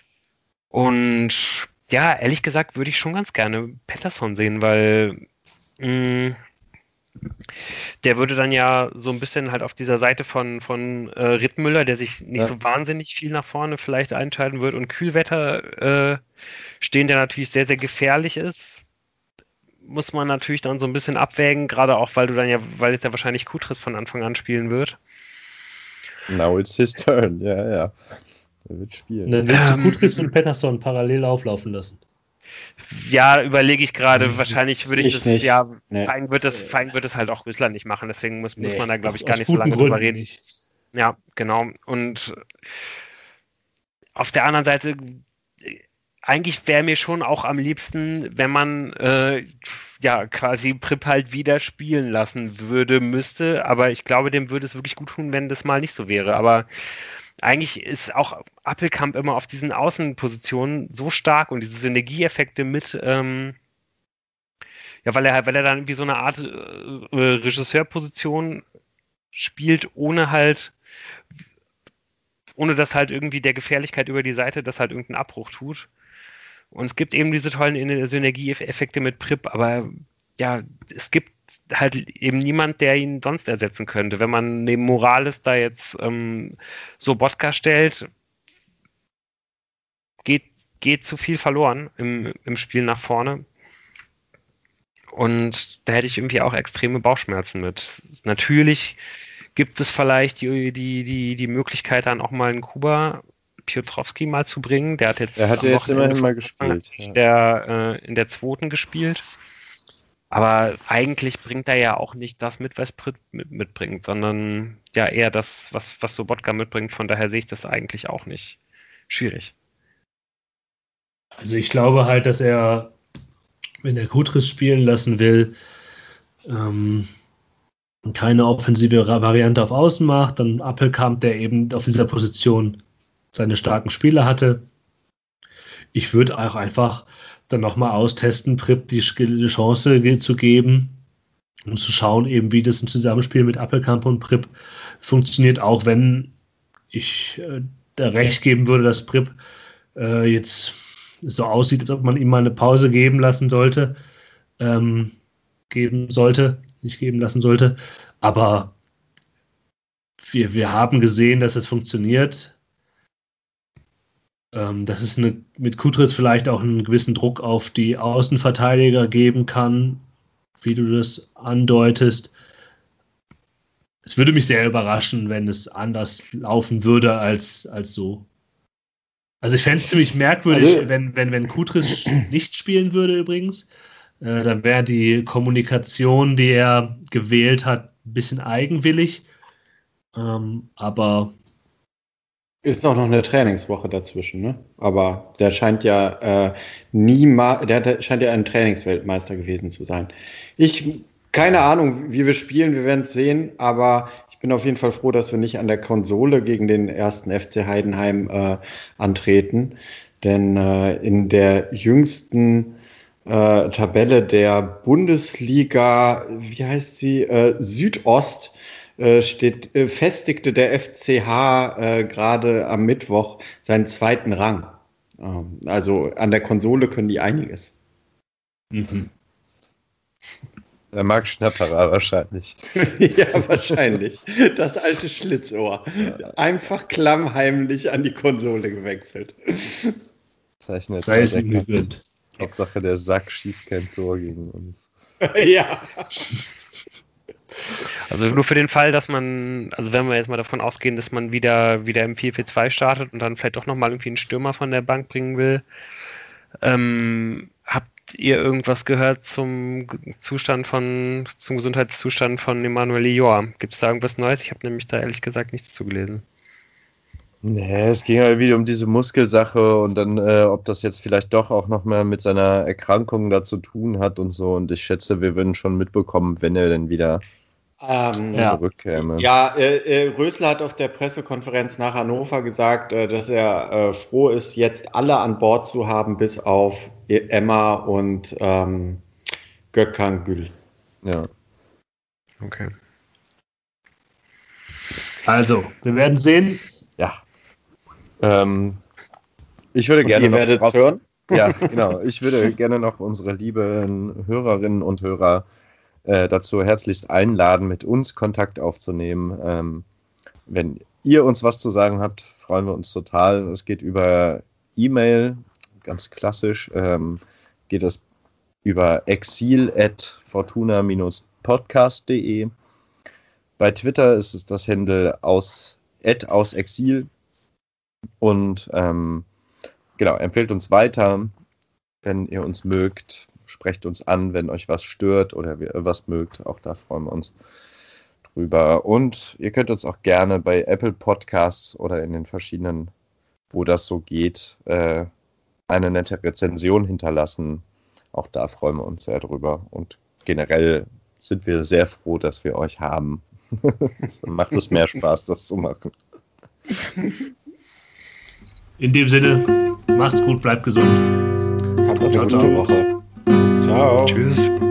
Und ja, ehrlich gesagt würde ich schon ganz gerne Pettersson sehen, weil mh, der würde dann ja so ein bisschen halt auf dieser Seite von, von äh, Rittmüller, der sich nicht
Ja.
so wahnsinnig viel nach vorne vielleicht einschalten wird, und Kühlwetter äh, stehen, der natürlich sehr, sehr gefährlich ist. Muss man natürlich dann so ein bisschen abwägen, gerade auch, weil du dann ja, weil jetzt ja wahrscheinlich Kutris von Anfang an spielen wird.
Now it's his turn. Ja, ja. Er wird spielen.
Und dann willst du
Ähm.
Kutris und Pettersson parallel auflaufen lassen.
Ja, überlege ich gerade, wahrscheinlich würde ich
Ich
das,
nicht.
ja,
Nee.
Fein wird das, Fein wird es halt auch Rösler nicht machen, deswegen muss, muss
Nee,
man da, glaube ich,
aus-
gar
aus
nicht so
guten
lange drüber
Gründen
reden.
nicht.
Ja, genau. Und auf der anderen Seite, äh, eigentlich wäre mir schon auch am liebsten, wenn man äh, ja quasi Prip halt wieder spielen lassen würde, müsste, aber ich glaube, dem würde es wirklich gut tun, wenn das mal nicht so wäre. Aber eigentlich ist auch Appelkamp immer auf diesen Außenpositionen so stark und diese Synergieeffekte mit, ähm, ja, weil er, weil er dann irgendwie so eine Art äh, Regisseurposition spielt, ohne halt, ohne dass halt irgendwie der Gefährlichkeit über die Seite das halt irgendeinen Abbruch tut. Und es gibt eben diese tollen Synergieeffekte mit Prip, aber ja, es gibt halt eben niemand, der ihn sonst ersetzen könnte. Wenn man neben Morales da jetzt ähm, Sobotka stellt, geht, geht zu viel verloren im, im Spiel nach vorne. Und da hätte ich irgendwie auch extreme Bauchschmerzen mit. Natürlich gibt es vielleicht die, die, die, die Möglichkeit, dann auch mal einen Kuba Piotrowski mal zu bringen. Der hat jetzt,
er hat jetzt immerhin mal gespielt.
In der, äh, in der zweiten gespielt. Aber eigentlich bringt er ja auch nicht das mit, was Prip mitbringt, sondern ja eher das, was, was Sobotka mitbringt. Von daher sehe ich das eigentlich auch nicht. Schwierig.
Also ich glaube halt, dass er, wenn er Kutris spielen lassen will, ähm, keine offensive Variante auf Außen macht, dann Appelkamp, der eben auf dieser Position seine starken Spieler hatte. Ich würde auch einfach dann nochmal austesten, Prip die Chance zu geben, um zu schauen, eben wie das im Zusammenspiel mit Appelkamp und Prip funktioniert, auch wenn ich äh, da recht geben würde, dass Prip äh, jetzt so aussieht, als ob man ihm mal eine Pause geben lassen sollte, ähm, geben sollte, nicht geben lassen sollte, aber wir, wir haben gesehen, dass es funktioniert. Ähm, dass es eine, mit Kutris vielleicht auch einen gewissen Druck auf die Außenverteidiger geben kann, wie du das andeutest. Es würde mich sehr überraschen, wenn es anders laufen würde als, als so. Also ich fände es ziemlich merkwürdig, also, wenn, wenn, wenn Kutris nicht spielen würde übrigens. Äh, dann wäre die Kommunikation, die er gewählt hat, ein bisschen eigenwillig. Ähm, aber
ist auch noch eine Trainingswoche dazwischen, ne? Aber der scheint ja äh, niemals, der, der scheint ja ein Trainingsweltmeister gewesen zu sein. Ich, keine Ahnung, wie wir spielen, wir werden es sehen, aber ich bin auf jeden Fall froh, dass wir nicht an der Konsole gegen den ersten F C Heidenheim äh, antreten. Denn äh, in der jüngsten äh, Tabelle der Bundesliga, wie heißt sie, äh, Südost, steht, festigte der F C H äh, gerade am Mittwoch seinen zweiten Rang. Ähm, also an der Konsole können die einiges.
Mhm. Der Marc Schnatterer wahrscheinlich.
Ja, wahrscheinlich. Das alte Schlitzohr. Einfach klammheimlich an die Konsole gewechselt.
Zeichnet
Sei es ihm gegönnt.
Hauptsache der Sack schießt kein Tor gegen uns.
Ja.
Also nur für den Fall, dass man, also wenn wir jetzt mal davon ausgehen, dass man wieder, wieder im vier vier zwei startet und dann vielleicht doch nochmal irgendwie einen Stürmer von der Bank bringen will, ähm, habt ihr irgendwas gehört zum Zustand von, zum Gesundheitszustand von Emmanuel Lior? Gibt es da irgendwas Neues? Ich habe nämlich da ehrlich gesagt nichts zugelesen.
Nee, es ging ja wieder um diese Muskelsache und dann, äh, ob das jetzt vielleicht doch auch noch mal mit seiner Erkrankung da zu tun hat und so. Und ich schätze, wir würden schon mitbekommen, wenn er denn wieder
ähm,
zurückkäme.
Ja, äh, äh, Rösler hat auf der Pressekonferenz nach Hannover gesagt, äh, dass er äh, froh ist, jetzt alle an Bord zu haben, bis auf Emma und ähm, Gökhan Gül.
Ja.
Okay.
Also, wir werden sehen.
Ja. Ähm, ich würde
und
gerne
ihr
noch
werdet
drauf,
hören.
Ja, genau. Ich würde gerne noch unsere lieben Hörerinnen und Hörer äh, dazu herzlichst einladen, mit uns Kontakt aufzunehmen. Ähm, wenn ihr uns was zu sagen habt, freuen wir uns total. Es geht über E-Mail, ganz klassisch. Ähm, geht es über exil at fortuna dash podcast punkt de. Bei Twitter ist es das Handle aus, at aus Exil. Und ähm, genau, empfehlt uns weiter, wenn ihr uns mögt. Sprecht uns an, wenn euch was stört oder ihr was mögt. Auch da freuen wir uns drüber. Und ihr könnt uns auch gerne bei Apple Podcasts oder in den verschiedenen, wo das so geht, äh, eine nette Rezension hinterlassen. Auch da freuen wir uns sehr drüber. Und generell sind wir sehr froh, dass wir euch haben. Dann macht es mehr Spaß, das zu machen.
In dem Sinne, macht's gut, bleibt gesund.
Habt eine gute Woche. Ciao.
Tschüss.